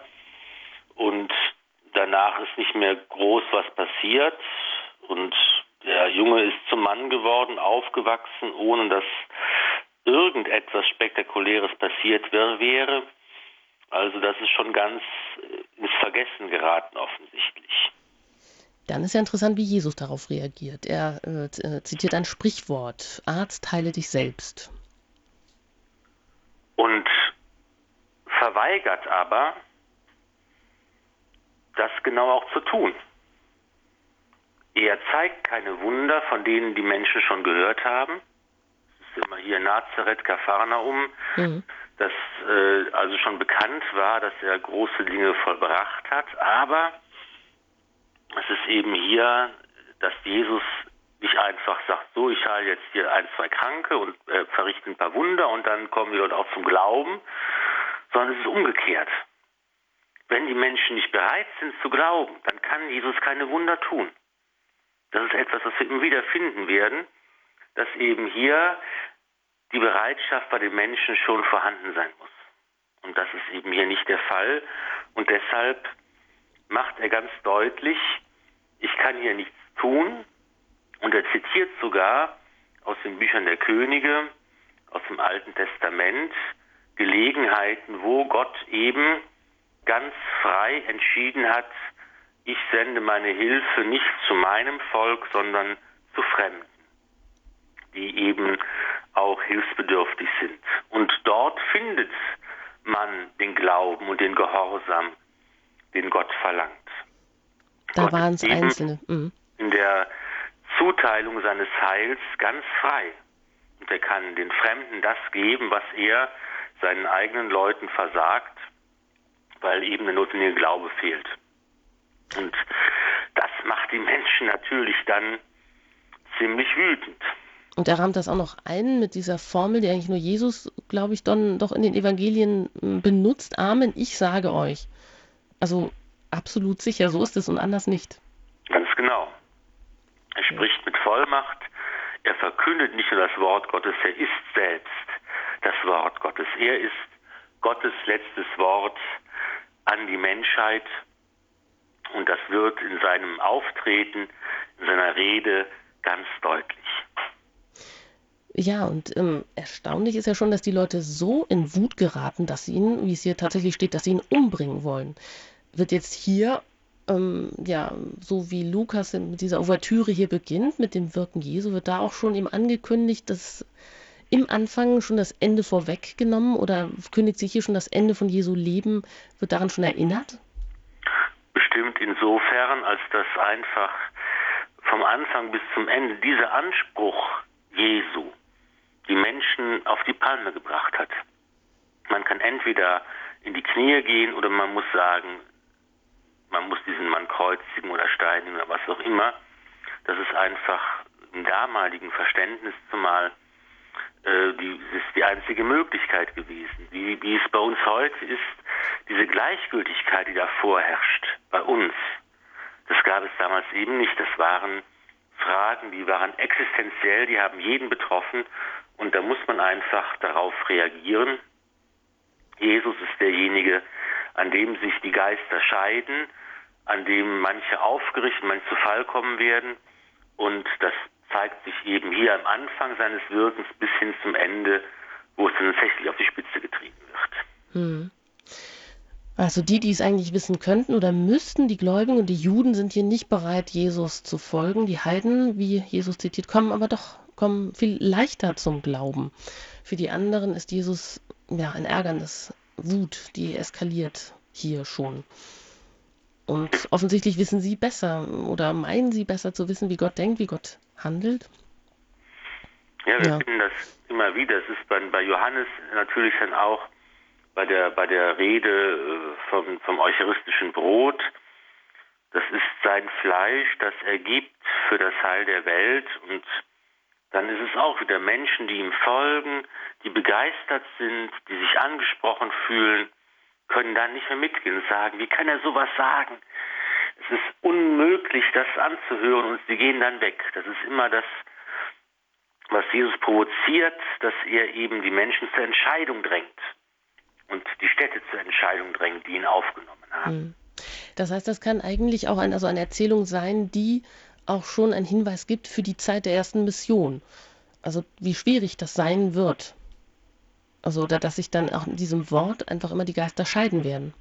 und danach ist nicht mehr groß was passiert und der Junge ist zum Mann geworden, aufgewachsen, ohne dass irgendetwas Spektakuläres passiert wäre. Also das ist schon ganz ins Vergessen geraten offensichtlich. Dann ist ja interessant, wie Jesus darauf reagiert. Er äh, zitiert ein Sprichwort, Arzt, heile dich selbst. Und verweigert aber, das genau auch zu tun. Er zeigt keine Wunder, von denen die Menschen schon gehört haben. Es ist immer hier Nazareth, Kapharnaum, mhm. dass äh, also schon bekannt war, dass er große Dinge vollbracht hat. Aber es ist eben hier, dass Jesus nicht einfach sagt, so, ich heile jetzt hier ein, zwei Kranke und äh, verrichte ein paar Wunder und dann kommen wir dort auch zum Glauben, sondern es ist umgekehrt. Wenn die Menschen nicht bereit sind zu glauben, dann kann Jesus keine Wunder tun. Das ist etwas, was wir immer wieder finden werden, dass eben hier die Bereitschaft bei den Menschen schon vorhanden sein muss. Und das ist eben hier nicht der Fall. Und deshalb macht er ganz deutlich, ich kann hier nichts tun. Und er zitiert sogar aus den Büchern der Könige, aus dem Alten Testament, Gelegenheiten, wo Gott eben ganz frei entschieden hat, ich sende meine Hilfe nicht zu meinem Volk, sondern zu Fremden, die eben auch hilfsbedürftig sind. Und dort findet man den Glauben und den Gehorsam, den Gott verlangt. Da waren es Einzelne. Mhm. In der Zuteilung seines Heils ganz frei. Und er kann den Fremden das geben, was er seinen eigenen Leuten versagt, weil eben der notwendige Glaube fehlt. Und das macht die Menschen natürlich dann ziemlich wütend. Und er rahmt das auch noch ein mit dieser Formel, die eigentlich nur Jesus, glaube ich, dann doch in den Evangelien benutzt. Amen, ich sage euch. Also absolut sicher, so ist es und anders nicht. Ganz genau. Er spricht mit Vollmacht, er verkündet nicht nur das Wort Gottes, er ist selbst das Wort Gottes. Er ist Gottes letztes Wort an die Menschheit und das wird in seinem Auftreten, in seiner Rede ganz deutlich. Ja, und ähm, erstaunlich ist ja schon, dass die Leute so in Wut geraten, dass sie ihn, wie es hier tatsächlich steht, dass sie ihn umbringen wollen. Wird jetzt hier, ähm, ja, so wie Lukas mit dieser Ouvertüre hier beginnt, mit dem Wirken Jesu, wird da auch schon ihm angekündigt, dass im Anfang schon das Ende vorweggenommen oder kündigt sich hier schon das Ende von Jesu Leben? Wird daran schon erinnert? Bestimmt insofern, als das einfach vom Anfang bis zum Ende dieser Anspruch Jesu die Menschen auf die Palme gebracht hat. Man kann entweder in die Knie gehen oder man muss sagen, man muss diesen Mann kreuzigen oder steinigen oder was auch immer. Das ist einfach im damaligen Verständnis zumal äh, die, ist die einzige Möglichkeit gewesen. Wie, wie es bei uns heute ist, diese Gleichgültigkeit, die da vorherrscht, bei uns, das gab es damals eben nicht. Das waren Fragen, die waren existenziell, die haben jeden betroffen und da muss man einfach darauf reagieren. Jesus ist derjenige, an dem sich die Geister scheiden, an dem manche aufgerichtet, manche zu Fall kommen werden. Und das zeigt sich eben hier am Anfang seines Wirkens bis hin zum Ende, wo es dann tatsächlich auf die Spitze getrieben wird. Hm. Also die, die es eigentlich wissen könnten oder müssten, die Gläubigen und die Juden sind hier nicht bereit, Jesus zu folgen. Die Heiden, wie Jesus zitiert, kommen aber doch kommen viel leichter zum Glauben. Für die anderen ist Jesus ja ein Ärgernis, Wut, die eskaliert hier schon. Und offensichtlich wissen sie besser oder meinen sie besser zu wissen, wie Gott denkt, wie Gott handelt. Ja, wir ja. finden das immer wieder. Es ist bei, bei Johannes natürlich dann auch bei der, bei der Rede vom, vom eucharistischen Brot. Das ist sein Fleisch, das er gibt für das Heil der Welt. Und dann ist es auch wieder Menschen, die ihm folgen, die begeistert sind, die sich angesprochen fühlen, können dann nicht mehr mitgehen und sagen, wie kann er sowas sagen? Es ist unmöglich, das anzuhören und sie gehen dann weg. Das ist immer das, was Jesus provoziert, dass er eben die Menschen zur Entscheidung drängt und die Städte zur Entscheidung drängt, die ihn aufgenommen haben. Das heißt, das kann eigentlich auch ein, also eine Erzählung sein, die auch schon einen Hinweis gibt für die Zeit der ersten Mission. Also wie schwierig das sein wird. Also, oder dass sich dann auch in diesem Wort einfach immer die Geister scheiden werden.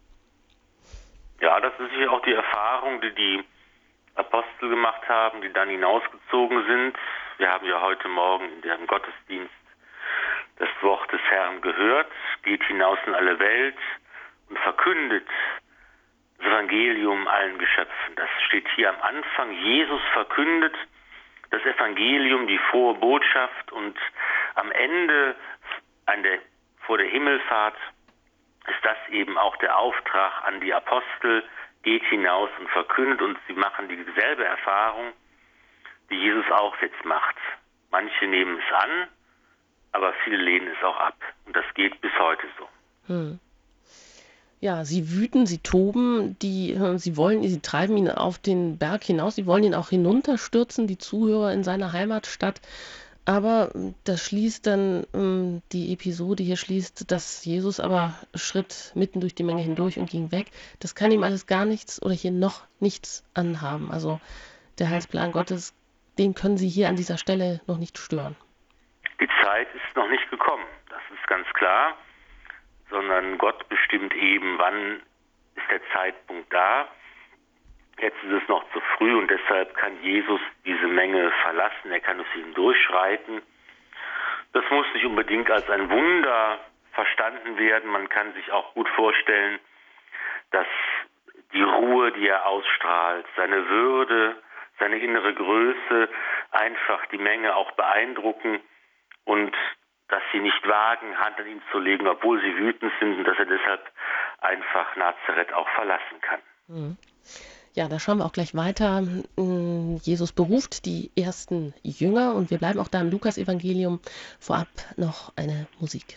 Ja, das ist sicher auch die Erfahrung, die die Apostel gemacht haben, die dann hinausgezogen sind. Wir haben ja heute Morgen in dem Gottesdienst das Wort des Herrn gehört, geht hinaus in alle Welt und verkündet das Evangelium allen Geschöpfen. Das steht hier am Anfang. Jesus verkündet das Evangelium, die frohe Botschaft und am Ende An der, vor der Himmelfahrt ist das eben auch der Auftrag an die Apostel, geht hinaus und verkündet und sie machen dieselbe Erfahrung, die Jesus auch jetzt macht. Manche nehmen es an, aber viele lehnen es auch ab und das geht bis heute so. Hm. Ja, sie wüten, sie toben, die, sie wollen, sie treiben ihn auf den Berg hinaus, sie wollen ihn auch hinunterstürzen, die Zuhörer in seiner Heimatstadt. Aber das schließt dann, ähm, die Episode hier schließt, dass Jesus aber schritt mitten durch die Menge hindurch und ging weg. Das kann ihm alles gar nichts oder hier noch nichts anhaben. Also der Heilsplan Gottes, den können Sie hier an dieser Stelle noch nicht stören. Die Zeit ist noch nicht gekommen, das ist ganz klar, sondern Gott bestimmt eben, wann ist der Zeitpunkt da. Jetzt ist es noch zu früh und deshalb kann Jesus diese Menge verlassen, er kann durch sie hindurchschreiten. Das muss nicht unbedingt als ein Wunder verstanden werden. Man kann sich auch gut vorstellen, dass die Ruhe, die er ausstrahlt, seine Würde, seine innere Größe einfach die Menge auch beeindrucken und dass sie nicht wagen, Hand an ihn zu legen, obwohl sie wütend sind und dass er deshalb einfach Nazareth auch verlassen kann. Mhm. Ja, da schauen wir auch gleich weiter. Jesus beruft die ersten Jünger und wir bleiben auch da im Lukas-Evangelium. Vorab noch eine Musik.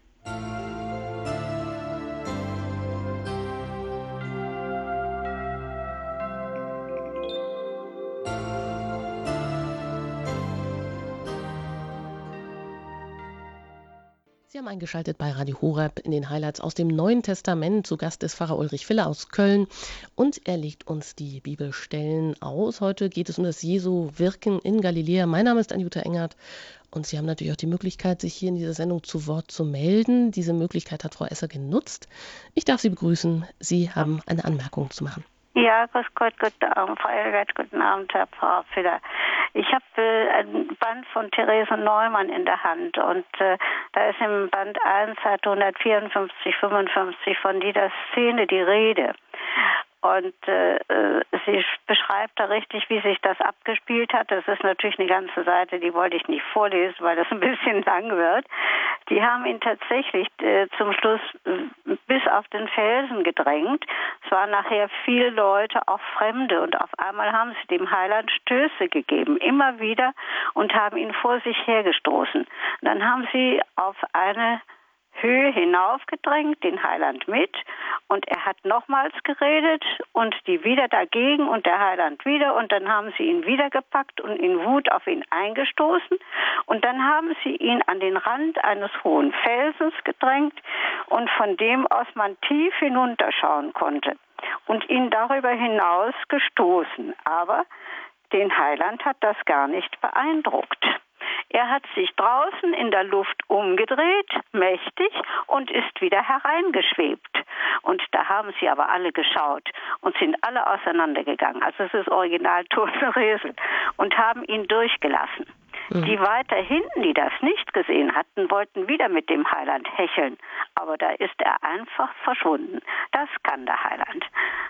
Sie haben eingeschaltet bei Radio Horeb in den Highlights aus dem Neuen Testament. Zu Gast ist Pfarrer Ulrich Filler aus Köln und er legt uns die Bibelstellen aus. Heute geht es um das Jesu-Wirken in Galiläa. Mein Name ist Anjuta Engert und Sie haben natürlich auch die Möglichkeit, sich hier in dieser Sendung zu Wort zu melden. Diese Möglichkeit hat Frau Esser genutzt. Ich darf Sie begrüßen. Sie haben eine Anmerkung zu machen. Ja, grüß Gott, guten Abend, Frau Elgert, guten Abend, Herr Pfarrer Filler. Ich habe äh, ein Band von Therese Neumann in der Hand und äh, da ist im Band eins, Seite hundertvierundfünfzig, fünfundfünfzig von dieser Szene die Rede. Und äh, sie beschreibt da richtig, wie sich das abgespielt hat. Das ist natürlich eine ganze Seite, die wollte ich nicht vorlesen, weil das ein bisschen lang wird. Die haben ihn tatsächlich äh, zum Schluss äh, bis auf den Felsen gedrängt. Es waren nachher viele Leute, auch Fremde. Und auf einmal haben sie dem Heiland Stöße gegeben, immer wieder, und haben ihn vor sich hergestoßen. Und dann haben sie auf eine Höhe hinaufgedrängt, den Heiland mit, und er hat nochmals geredet und die wieder dagegen und der Heiland wieder, und dann haben sie ihn wieder gepackt und in Wut auf ihn eingestoßen und dann haben sie ihn an den Rand eines hohen Felsens gedrängt und von dem aus man tief hinunterschauen konnte und ihn darüber hinaus gestoßen, aber den Heiland hat das gar nicht beeindruckt. Er hat sich draußen in der Luft umgedreht, mächtig, und ist wieder hereingeschwebt. Und da haben sie aber alle geschaut und sind alle auseinandergegangen. Also es ist original Tote Resel. Und haben ihn durchgelassen. Mhm. Die weiter hinten, die das nicht gesehen hatten, wollten wieder mit dem Heiland hecheln. Aber da ist er einfach verschwunden. Das kann der Heiland.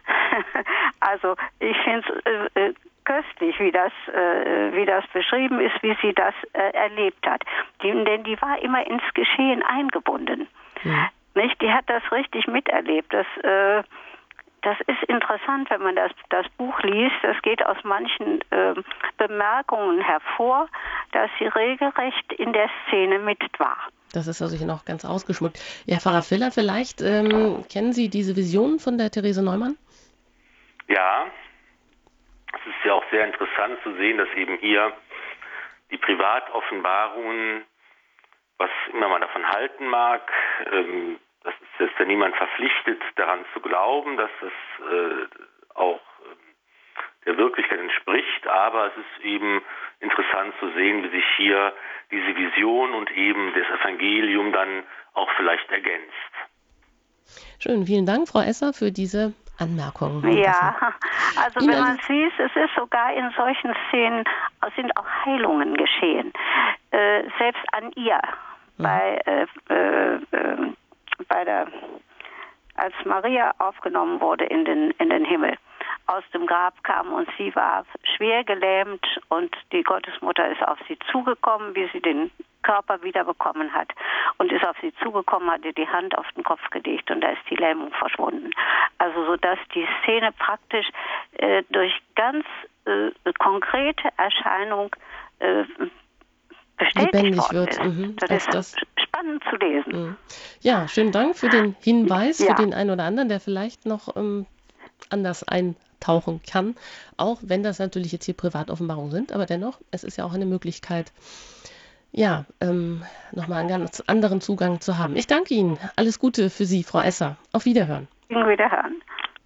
Also ich finde es äh, köstlich, wie das, äh, wie das beschrieben ist, wie sie das äh, erlebt hat. Die, denn die war immer ins Geschehen eingebunden. Ja. Nicht? Die hat das richtig miterlebt. Das, äh, das ist interessant, wenn man das, das Buch liest. Das geht aus manchen äh, Bemerkungen hervor, dass sie regelrecht in der Szene mit war. Das ist also hier noch ganz ausgeschmückt. Ja, Pfarrer Filler, vielleicht ähm, kennen Sie diese Vision von der Therese Neumann? Ja. Es ist ja auch sehr interessant zu sehen, dass eben hier die Privatoffenbarungen, was immer man davon halten mag, ähm, das ist jetzt ja niemand verpflichtet, daran zu glauben, dass das äh, auch äh, der Wirklichkeit entspricht, aber es ist eben interessant zu sehen, wie sich hier diese Vision und eben das Evangelium dann auch vielleicht ergänzt. Schön, vielen Dank, Frau Esser, für diese Anmerkungen. Ja, also wenn man sieht, es ist sogar in solchen Szenen, sind auch Heilungen geschehen. Äh, selbst an ihr, mhm. bei, äh, äh, bei der, als Maria aufgenommen wurde in den, in den Himmel, aus dem Grab kam und sie war schwer gelähmt und die Gottesmutter ist auf sie zugekommen, wie sie den Körper wiederbekommen hat und ist auf sie zugekommen, hat ihr die Hand auf den Kopf gelegt und da ist die Lähmung verschwunden. Also so dass die Szene praktisch äh, durch ganz äh, konkrete Erscheinung äh, bestätigt lebendig worden wird. ist. Mhm. Das Als ist das spannend zu lesen. Mhm. Ja, schönen Dank für den Hinweis, Ja. für den einen oder anderen, der vielleicht noch ähm, anders eintauchen kann, auch wenn das natürlich jetzt hier Privatoffenbarungen sind, aber dennoch, es ist ja auch eine Möglichkeit, ja, ähm, nochmal einen ganz anderen Zugang zu haben. Ich danke Ihnen. Alles Gute für Sie, Frau Esser. Auf Wiederhören. Wiederhören.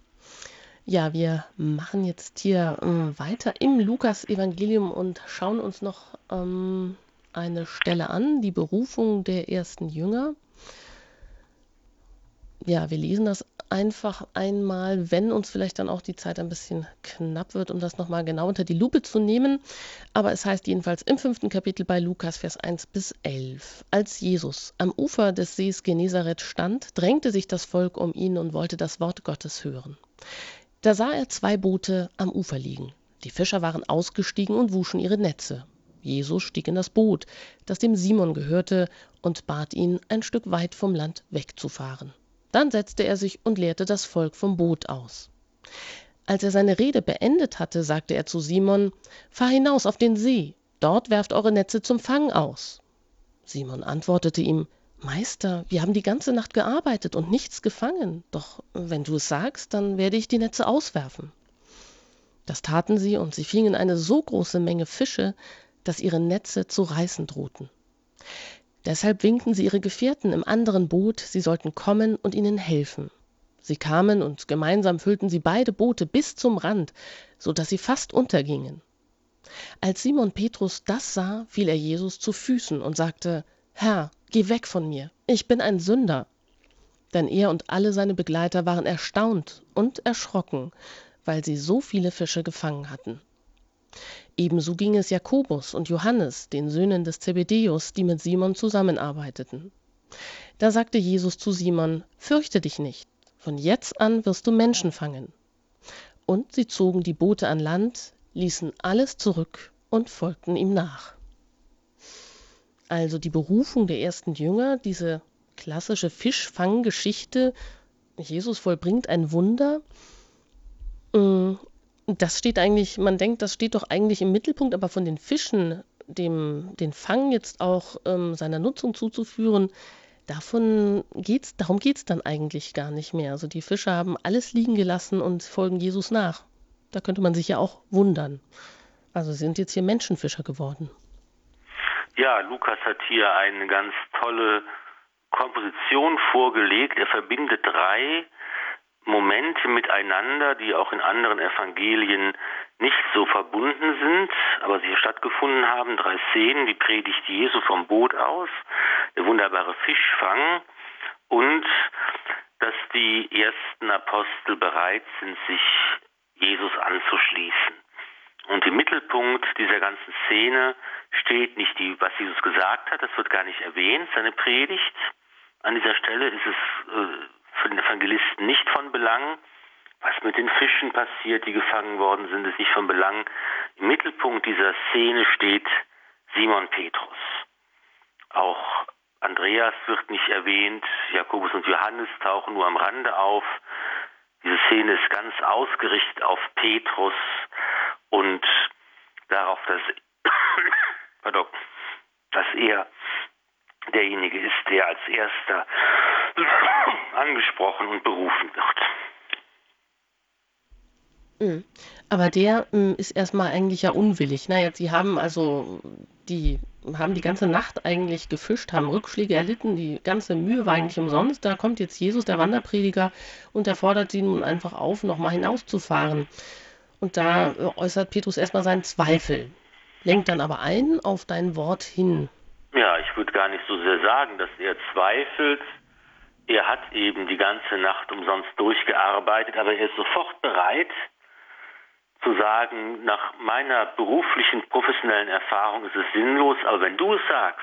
Ja, wir machen jetzt hier ähm, weiter im Lukas-Evangelium und schauen uns noch ähm, eine Stelle an, die Berufung der ersten Jünger. Ja, wir lesen das einfach einmal, wenn uns vielleicht dann auch die Zeit ein bisschen knapp wird, um das nochmal genau unter die Lupe zu nehmen. Aber es heißt jedenfalls im fünften Kapitel bei Lukas, Vers eins bis elf. Als Jesus am Ufer des Sees Genezareth stand, drängte sich das Volk um ihn und wollte das Wort Gottes hören. Da sah er zwei Boote am Ufer liegen. Die Fischer waren ausgestiegen und wuschen ihre Netze. Jesus stieg in das Boot, das dem Simon gehörte, und bat ihn, ein Stück weit vom Land wegzufahren. Dann setzte er sich und leerte das Volk vom Boot aus. Als er seine Rede beendet hatte, sagte er zu Simon: Fahr hinaus auf den See, dort werft eure Netze zum Fang aus. Simon antwortete ihm: Meister, wir haben die ganze Nacht gearbeitet und nichts gefangen, doch wenn du es sagst, dann werde ich die Netze auswerfen. Das taten sie, und sie fingen eine so große Menge Fische, dass ihre Netze zu reißen drohten. Deshalb winkten sie ihre Gefährten im anderen Boot, sie sollten kommen und ihnen helfen. Sie kamen, und gemeinsam füllten sie beide Boote bis zum Rand, so dass sie fast untergingen. Als Simon Petrus das sah, fiel er Jesus zu Füßen und sagte: Herr, geh weg von mir, ich bin ein Sünder. Denn er und alle seine Begleiter waren erstaunt und erschrocken, weil sie so viele Fische gefangen hatten. Ebenso ging es Jakobus und Johannes, den Söhnen des Zebedäus, die mit Simon zusammenarbeiteten. Da sagte Jesus zu Simon: Fürchte dich nicht, von jetzt an wirst du Menschen fangen. Und sie zogen die Boote an Land, ließen alles zurück und folgten ihm nach. Also die Berufung der ersten Jünger, diese klassische Fischfanggeschichte, Jesus vollbringt ein Wunder, das steht eigentlich, man denkt, das steht doch eigentlich im Mittelpunkt, aber von den Fischen, dem, den Fang jetzt auch ähm, seiner Nutzung zuzuführen, davon geht's, darum geht es dann eigentlich gar nicht mehr. Also die Fischer haben alles liegen gelassen und folgen Jesus nach. Da könnte man sich ja auch wundern. Also sie sind jetzt hier Menschenfischer geworden. Ja, Lukas hat hier eine ganz tolle Komposition vorgelegt. Er verbindet drei Momente miteinander, die auch in anderen Evangelien nicht so verbunden sind, aber sie hier stattgefunden haben. Drei Szenen: die Predigt Jesu vom Boot aus, der wunderbare Fischfang und dass die ersten Apostel bereit sind, sich Jesus anzuschließen. Und im Mittelpunkt dieser ganzen Szene steht nicht die, was Jesus gesagt hat, das wird gar nicht erwähnt, seine Predigt. An dieser Stelle ist es äh, für den Evangelisten nicht von Belang. Was mit den Fischen passiert, die gefangen worden sind, ist nicht von Belang. Im Mittelpunkt dieser Szene steht Simon Petrus. Auch Andreas wird nicht erwähnt, Jakobus und Johannes tauchen nur am Rande auf. Diese Szene ist ganz ausgerichtet auf Petrus und darauf, dass, pardon, dass er derjenige ist, der als erster angesprochen und berufen wird. Aber der m, ist erstmal eigentlich ja unwillig. Na, jetzt, sie haben also die haben die ganze Nacht eigentlich gefischt, haben Rückschläge erlitten, die ganze Mühe war eigentlich umsonst. Da kommt jetzt Jesus, der Wanderprediger, und er fordert sie nun einfach auf, nochmal hinauszufahren. Und da äußert Petrus erstmal seinen Zweifel, lenkt dann aber ein auf dein Wort hin. Ja, ich würde gar nicht so sehr sagen, dass er zweifelt. Er hat eben die ganze Nacht umsonst durchgearbeitet, aber er ist sofort bereit zu sagen, nach meiner beruflichen, professionellen Erfahrung ist es sinnlos, aber wenn du es sagst,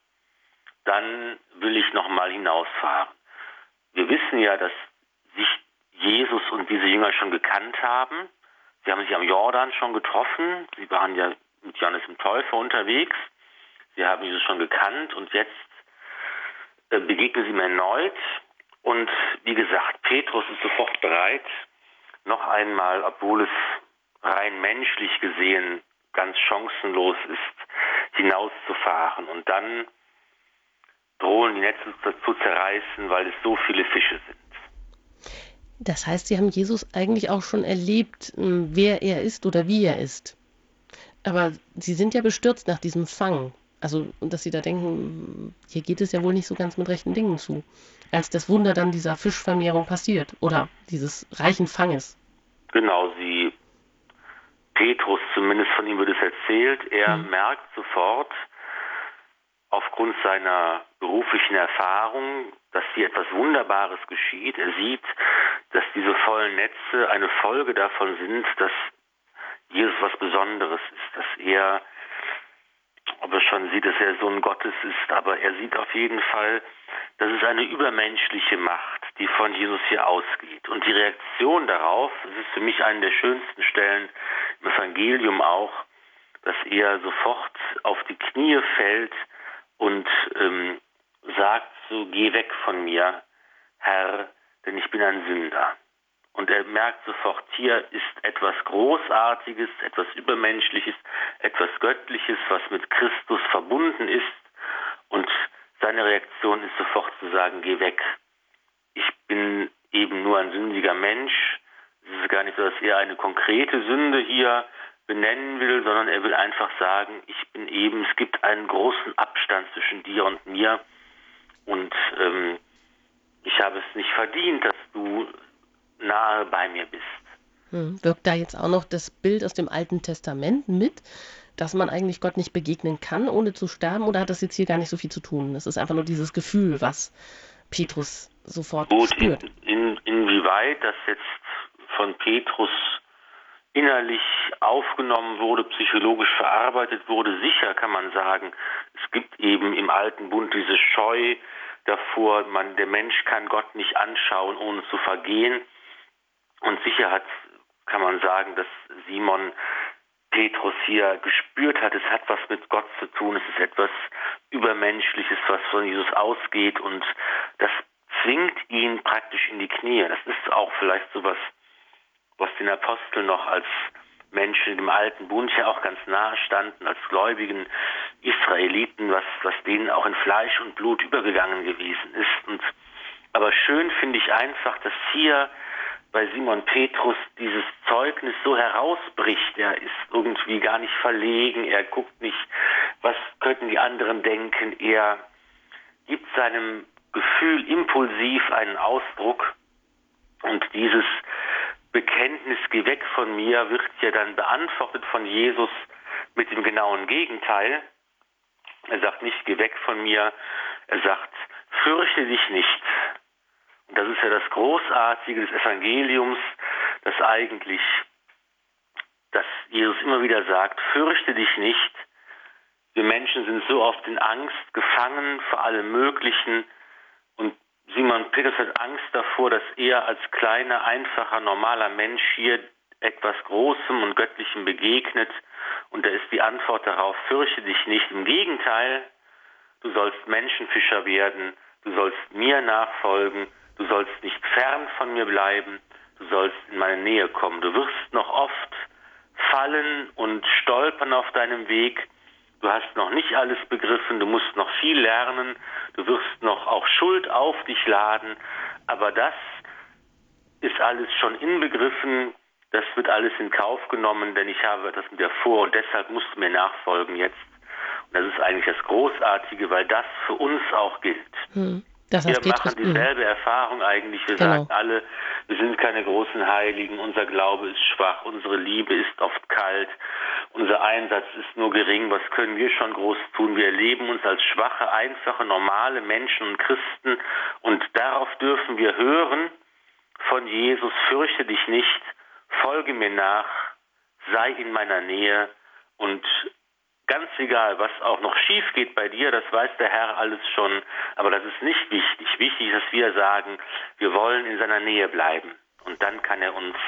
dann will ich nochmal hinausfahren. Wir wissen ja, dass sich Jesus und diese Jünger schon gekannt haben. Sie haben sich am Jordan schon getroffen. Sie waren ja mit Johannes dem Täufer unterwegs. Sie haben Jesus schon gekannt und jetzt äh, begegnen sie ihm erneut. Und wie gesagt, Petrus ist sofort bereit, noch einmal, obwohl es rein menschlich gesehen ganz chancenlos ist, hinauszufahren. Und dann drohen die Netze zu zerreißen, weil es so viele Fische sind. Das heißt, sie haben Jesus eigentlich auch schon erlebt, wer er ist oder wie er ist. Aber sie sind ja bestürzt nach diesem Fang. Also, dass sie da denken, hier geht es ja wohl nicht so ganz mit rechten Dingen zu. Als das Wunder dann dieser Fischvermehrung passiert oder dieses reichen Fanges. Genau, sie, Petrus zumindest, von ihm wird es erzählt, er hm. merkt sofort aufgrund seiner beruflichen Erfahrung, dass hier etwas Wunderbares geschieht. Er sieht, dass diese vollen Netze eine Folge davon sind, dass Jesus was Besonderes ist, dass er, ob er schon sieht, dass er Sohn Gottes ist, aber er sieht auf jeden Fall, dass es eine übermenschliche Macht, die von Jesus hier ausgeht. Und die Reaktion darauf, das ist für mich eine der schönsten Stellen im Evangelium auch, dass er sofort auf die Knie fällt und ähm, sagt so, geh weg von mir, Herr, denn ich bin ein Sünder. Und er merkt sofort, hier ist etwas Großartiges, etwas Übermenschliches, etwas Göttliches, was mit Christus verbunden ist. Und seine Reaktion ist sofort zu sagen, geh weg. Ich bin eben nur ein sündiger Mensch. Es ist gar nicht so, dass er eine konkrete Sünde hier benennen will, sondern er will einfach sagen, ich bin eben, es gibt einen großen Abstand zwischen dir und mir. Und ähm, ich habe es nicht verdient, dass du nahe bei mir bist. Hm. Wirkt da jetzt auch noch das Bild aus dem Alten Testament mit, dass man eigentlich Gott nicht begegnen kann, ohne zu sterben, oder hat das jetzt hier gar nicht so viel zu tun? Es ist einfach nur dieses Gefühl, was Petrus sofort Gut, spürt. In, in, inwieweit das jetzt von Petrus innerlich aufgenommen wurde, psychologisch verarbeitet wurde. Sicher kann man sagen, es gibt eben im Alten Bund diese Scheu davor, man, der Mensch kann Gott nicht anschauen, ohne zu vergehen. Und sicher hat, kann man sagen, dass Simon Petrus hier gespürt hat, es hat was mit Gott zu tun, es ist etwas Übermenschliches, was von Jesus ausgeht, und das zwingt ihn praktisch in die Knie. Das ist auch vielleicht sowas, was den Aposteln noch als Menschen im Alten Bund ja auch ganz nahe standen, als gläubigen Israeliten, was, was denen auch in Fleisch und Blut übergegangen gewesen ist. Und, aber schön finde ich einfach, dass hier bei Simon Petrus dieses Zeugnis so herausbricht. Er ist irgendwie gar nicht verlegen, er guckt nicht, was könnten die anderen denken. Er gibt seinem Gefühl impulsiv einen Ausdruck, und dieses Bekenntnis, geh weg von mir, wird ja dann beantwortet von Jesus mit dem genauen Gegenteil. Er sagt nicht, geh weg von mir, er sagt, fürchte dich nicht. Und das ist ja das Großartige des Evangeliums, dass eigentlich, dass Jesus immer wieder sagt, fürchte dich nicht. Wir Menschen sind so oft in Angst gefangen vor allem Möglichen, und Simon Petrus hat Angst davor, dass er als kleiner, einfacher, normaler Mensch hier etwas Großem und Göttlichem begegnet, und da ist die Antwort darauf, fürchte dich nicht. Im Gegenteil, du sollst Menschenfischer werden, du sollst mir nachfolgen, du sollst nicht fern von mir bleiben, du sollst in meine Nähe kommen. Du wirst noch oft fallen und stolpern auf deinem Weg. Du hast noch nicht alles begriffen, du musst noch viel lernen, du wirst noch auch Schuld auf dich laden, aber das ist alles schon inbegriffen, das wird alles in Kauf genommen, denn ich habe das mit dir vor, und deshalb musst du mir nachfolgen jetzt. Und das ist eigentlich das Großartige, weil das für uns auch gilt. Hm. Das Wir heißt, machen dieselbe hm. Erfahrung eigentlich. Wir genau. sagen alle, wir sind keine großen Heiligen, unser Glaube ist schwach, unsere Liebe ist oft kalt, unser Einsatz ist nur gering, was können wir schon groß tun? Wir erleben uns als schwache, einfache, normale Menschen und Christen, und darauf dürfen wir hören von Jesus, fürchte dich nicht, folge mir nach, sei in meiner Nähe, und ganz egal, was auch noch schief geht bei dir, das weiß der Herr alles schon, aber das ist nicht wichtig. Wichtig ist, dass wir sagen, wir wollen in seiner Nähe bleiben, und dann kann er uns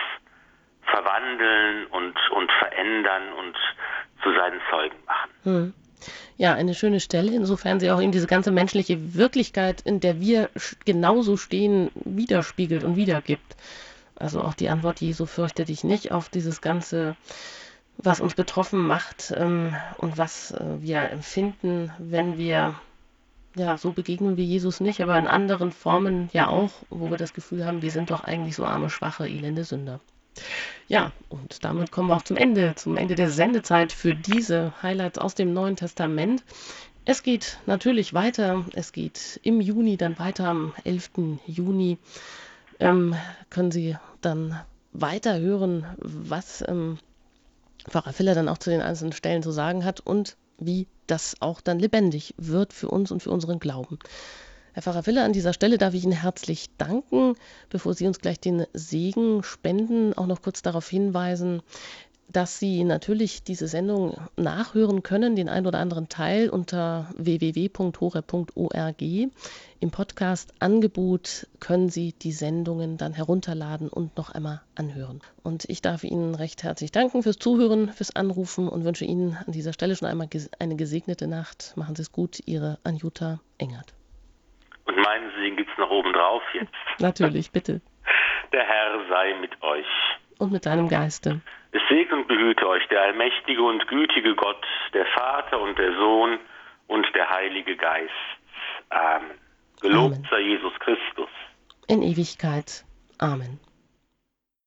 verwandeln und, und verändern und zu seinen Zeugen machen. Hm. Ja, eine schöne Stelle, insofern sie auch eben diese ganze menschliche Wirklichkeit, in der wir genauso stehen, widerspiegelt und wiedergibt. Also auch die Antwort Jesu, fürchte dich nicht, auf dieses ganze, was uns betroffen macht, ähm, und was äh, wir empfinden, wenn wir, ja, so begegnen wir Jesus nicht, aber in anderen Formen ja auch, wo wir das Gefühl haben, wir sind doch eigentlich so arme, schwache, elende Sünder. Ja, und damit kommen wir auch zum Ende, zum Ende der Sendezeit für diese Highlights aus dem Neuen Testament. Es geht natürlich weiter, es geht im Juni dann weiter, am elften Juni ähm, können Sie dann weiter hören, was ähm, Pfarrer Filler dann auch zu den einzelnen Stellen zu sagen hat und wie das auch dann lebendig wird für uns und für unseren Glauben. Herr Pfarrer Filler, an dieser Stelle darf ich Ihnen herzlich danken. Bevor Sie uns gleich den Segen spenden, auch noch kurz darauf hinweisen, dass Sie natürlich diese Sendung nachhören können, den ein oder anderen Teil unter w w w punkt horeb punkt org. Im Podcast-Angebot können Sie die Sendungen dann herunterladen und noch einmal anhören. Und ich darf Ihnen recht herzlich danken fürs Zuhören, fürs Anrufen und wünsche Ihnen an dieser Stelle schon einmal eine gesegnete Nacht. Machen Sie es gut, Ihre Anjuta Engert. Und meinen Segen gibt es noch oben drauf jetzt? Natürlich, bitte. Der Herr sei mit euch. Und mit deinem Geiste. Es segne und behüte euch der allmächtige und gütige Gott, der Vater und der Sohn und der Heilige Geist. Amen. Gelobt Amen. Sei Jesus Christus. In Ewigkeit. Amen.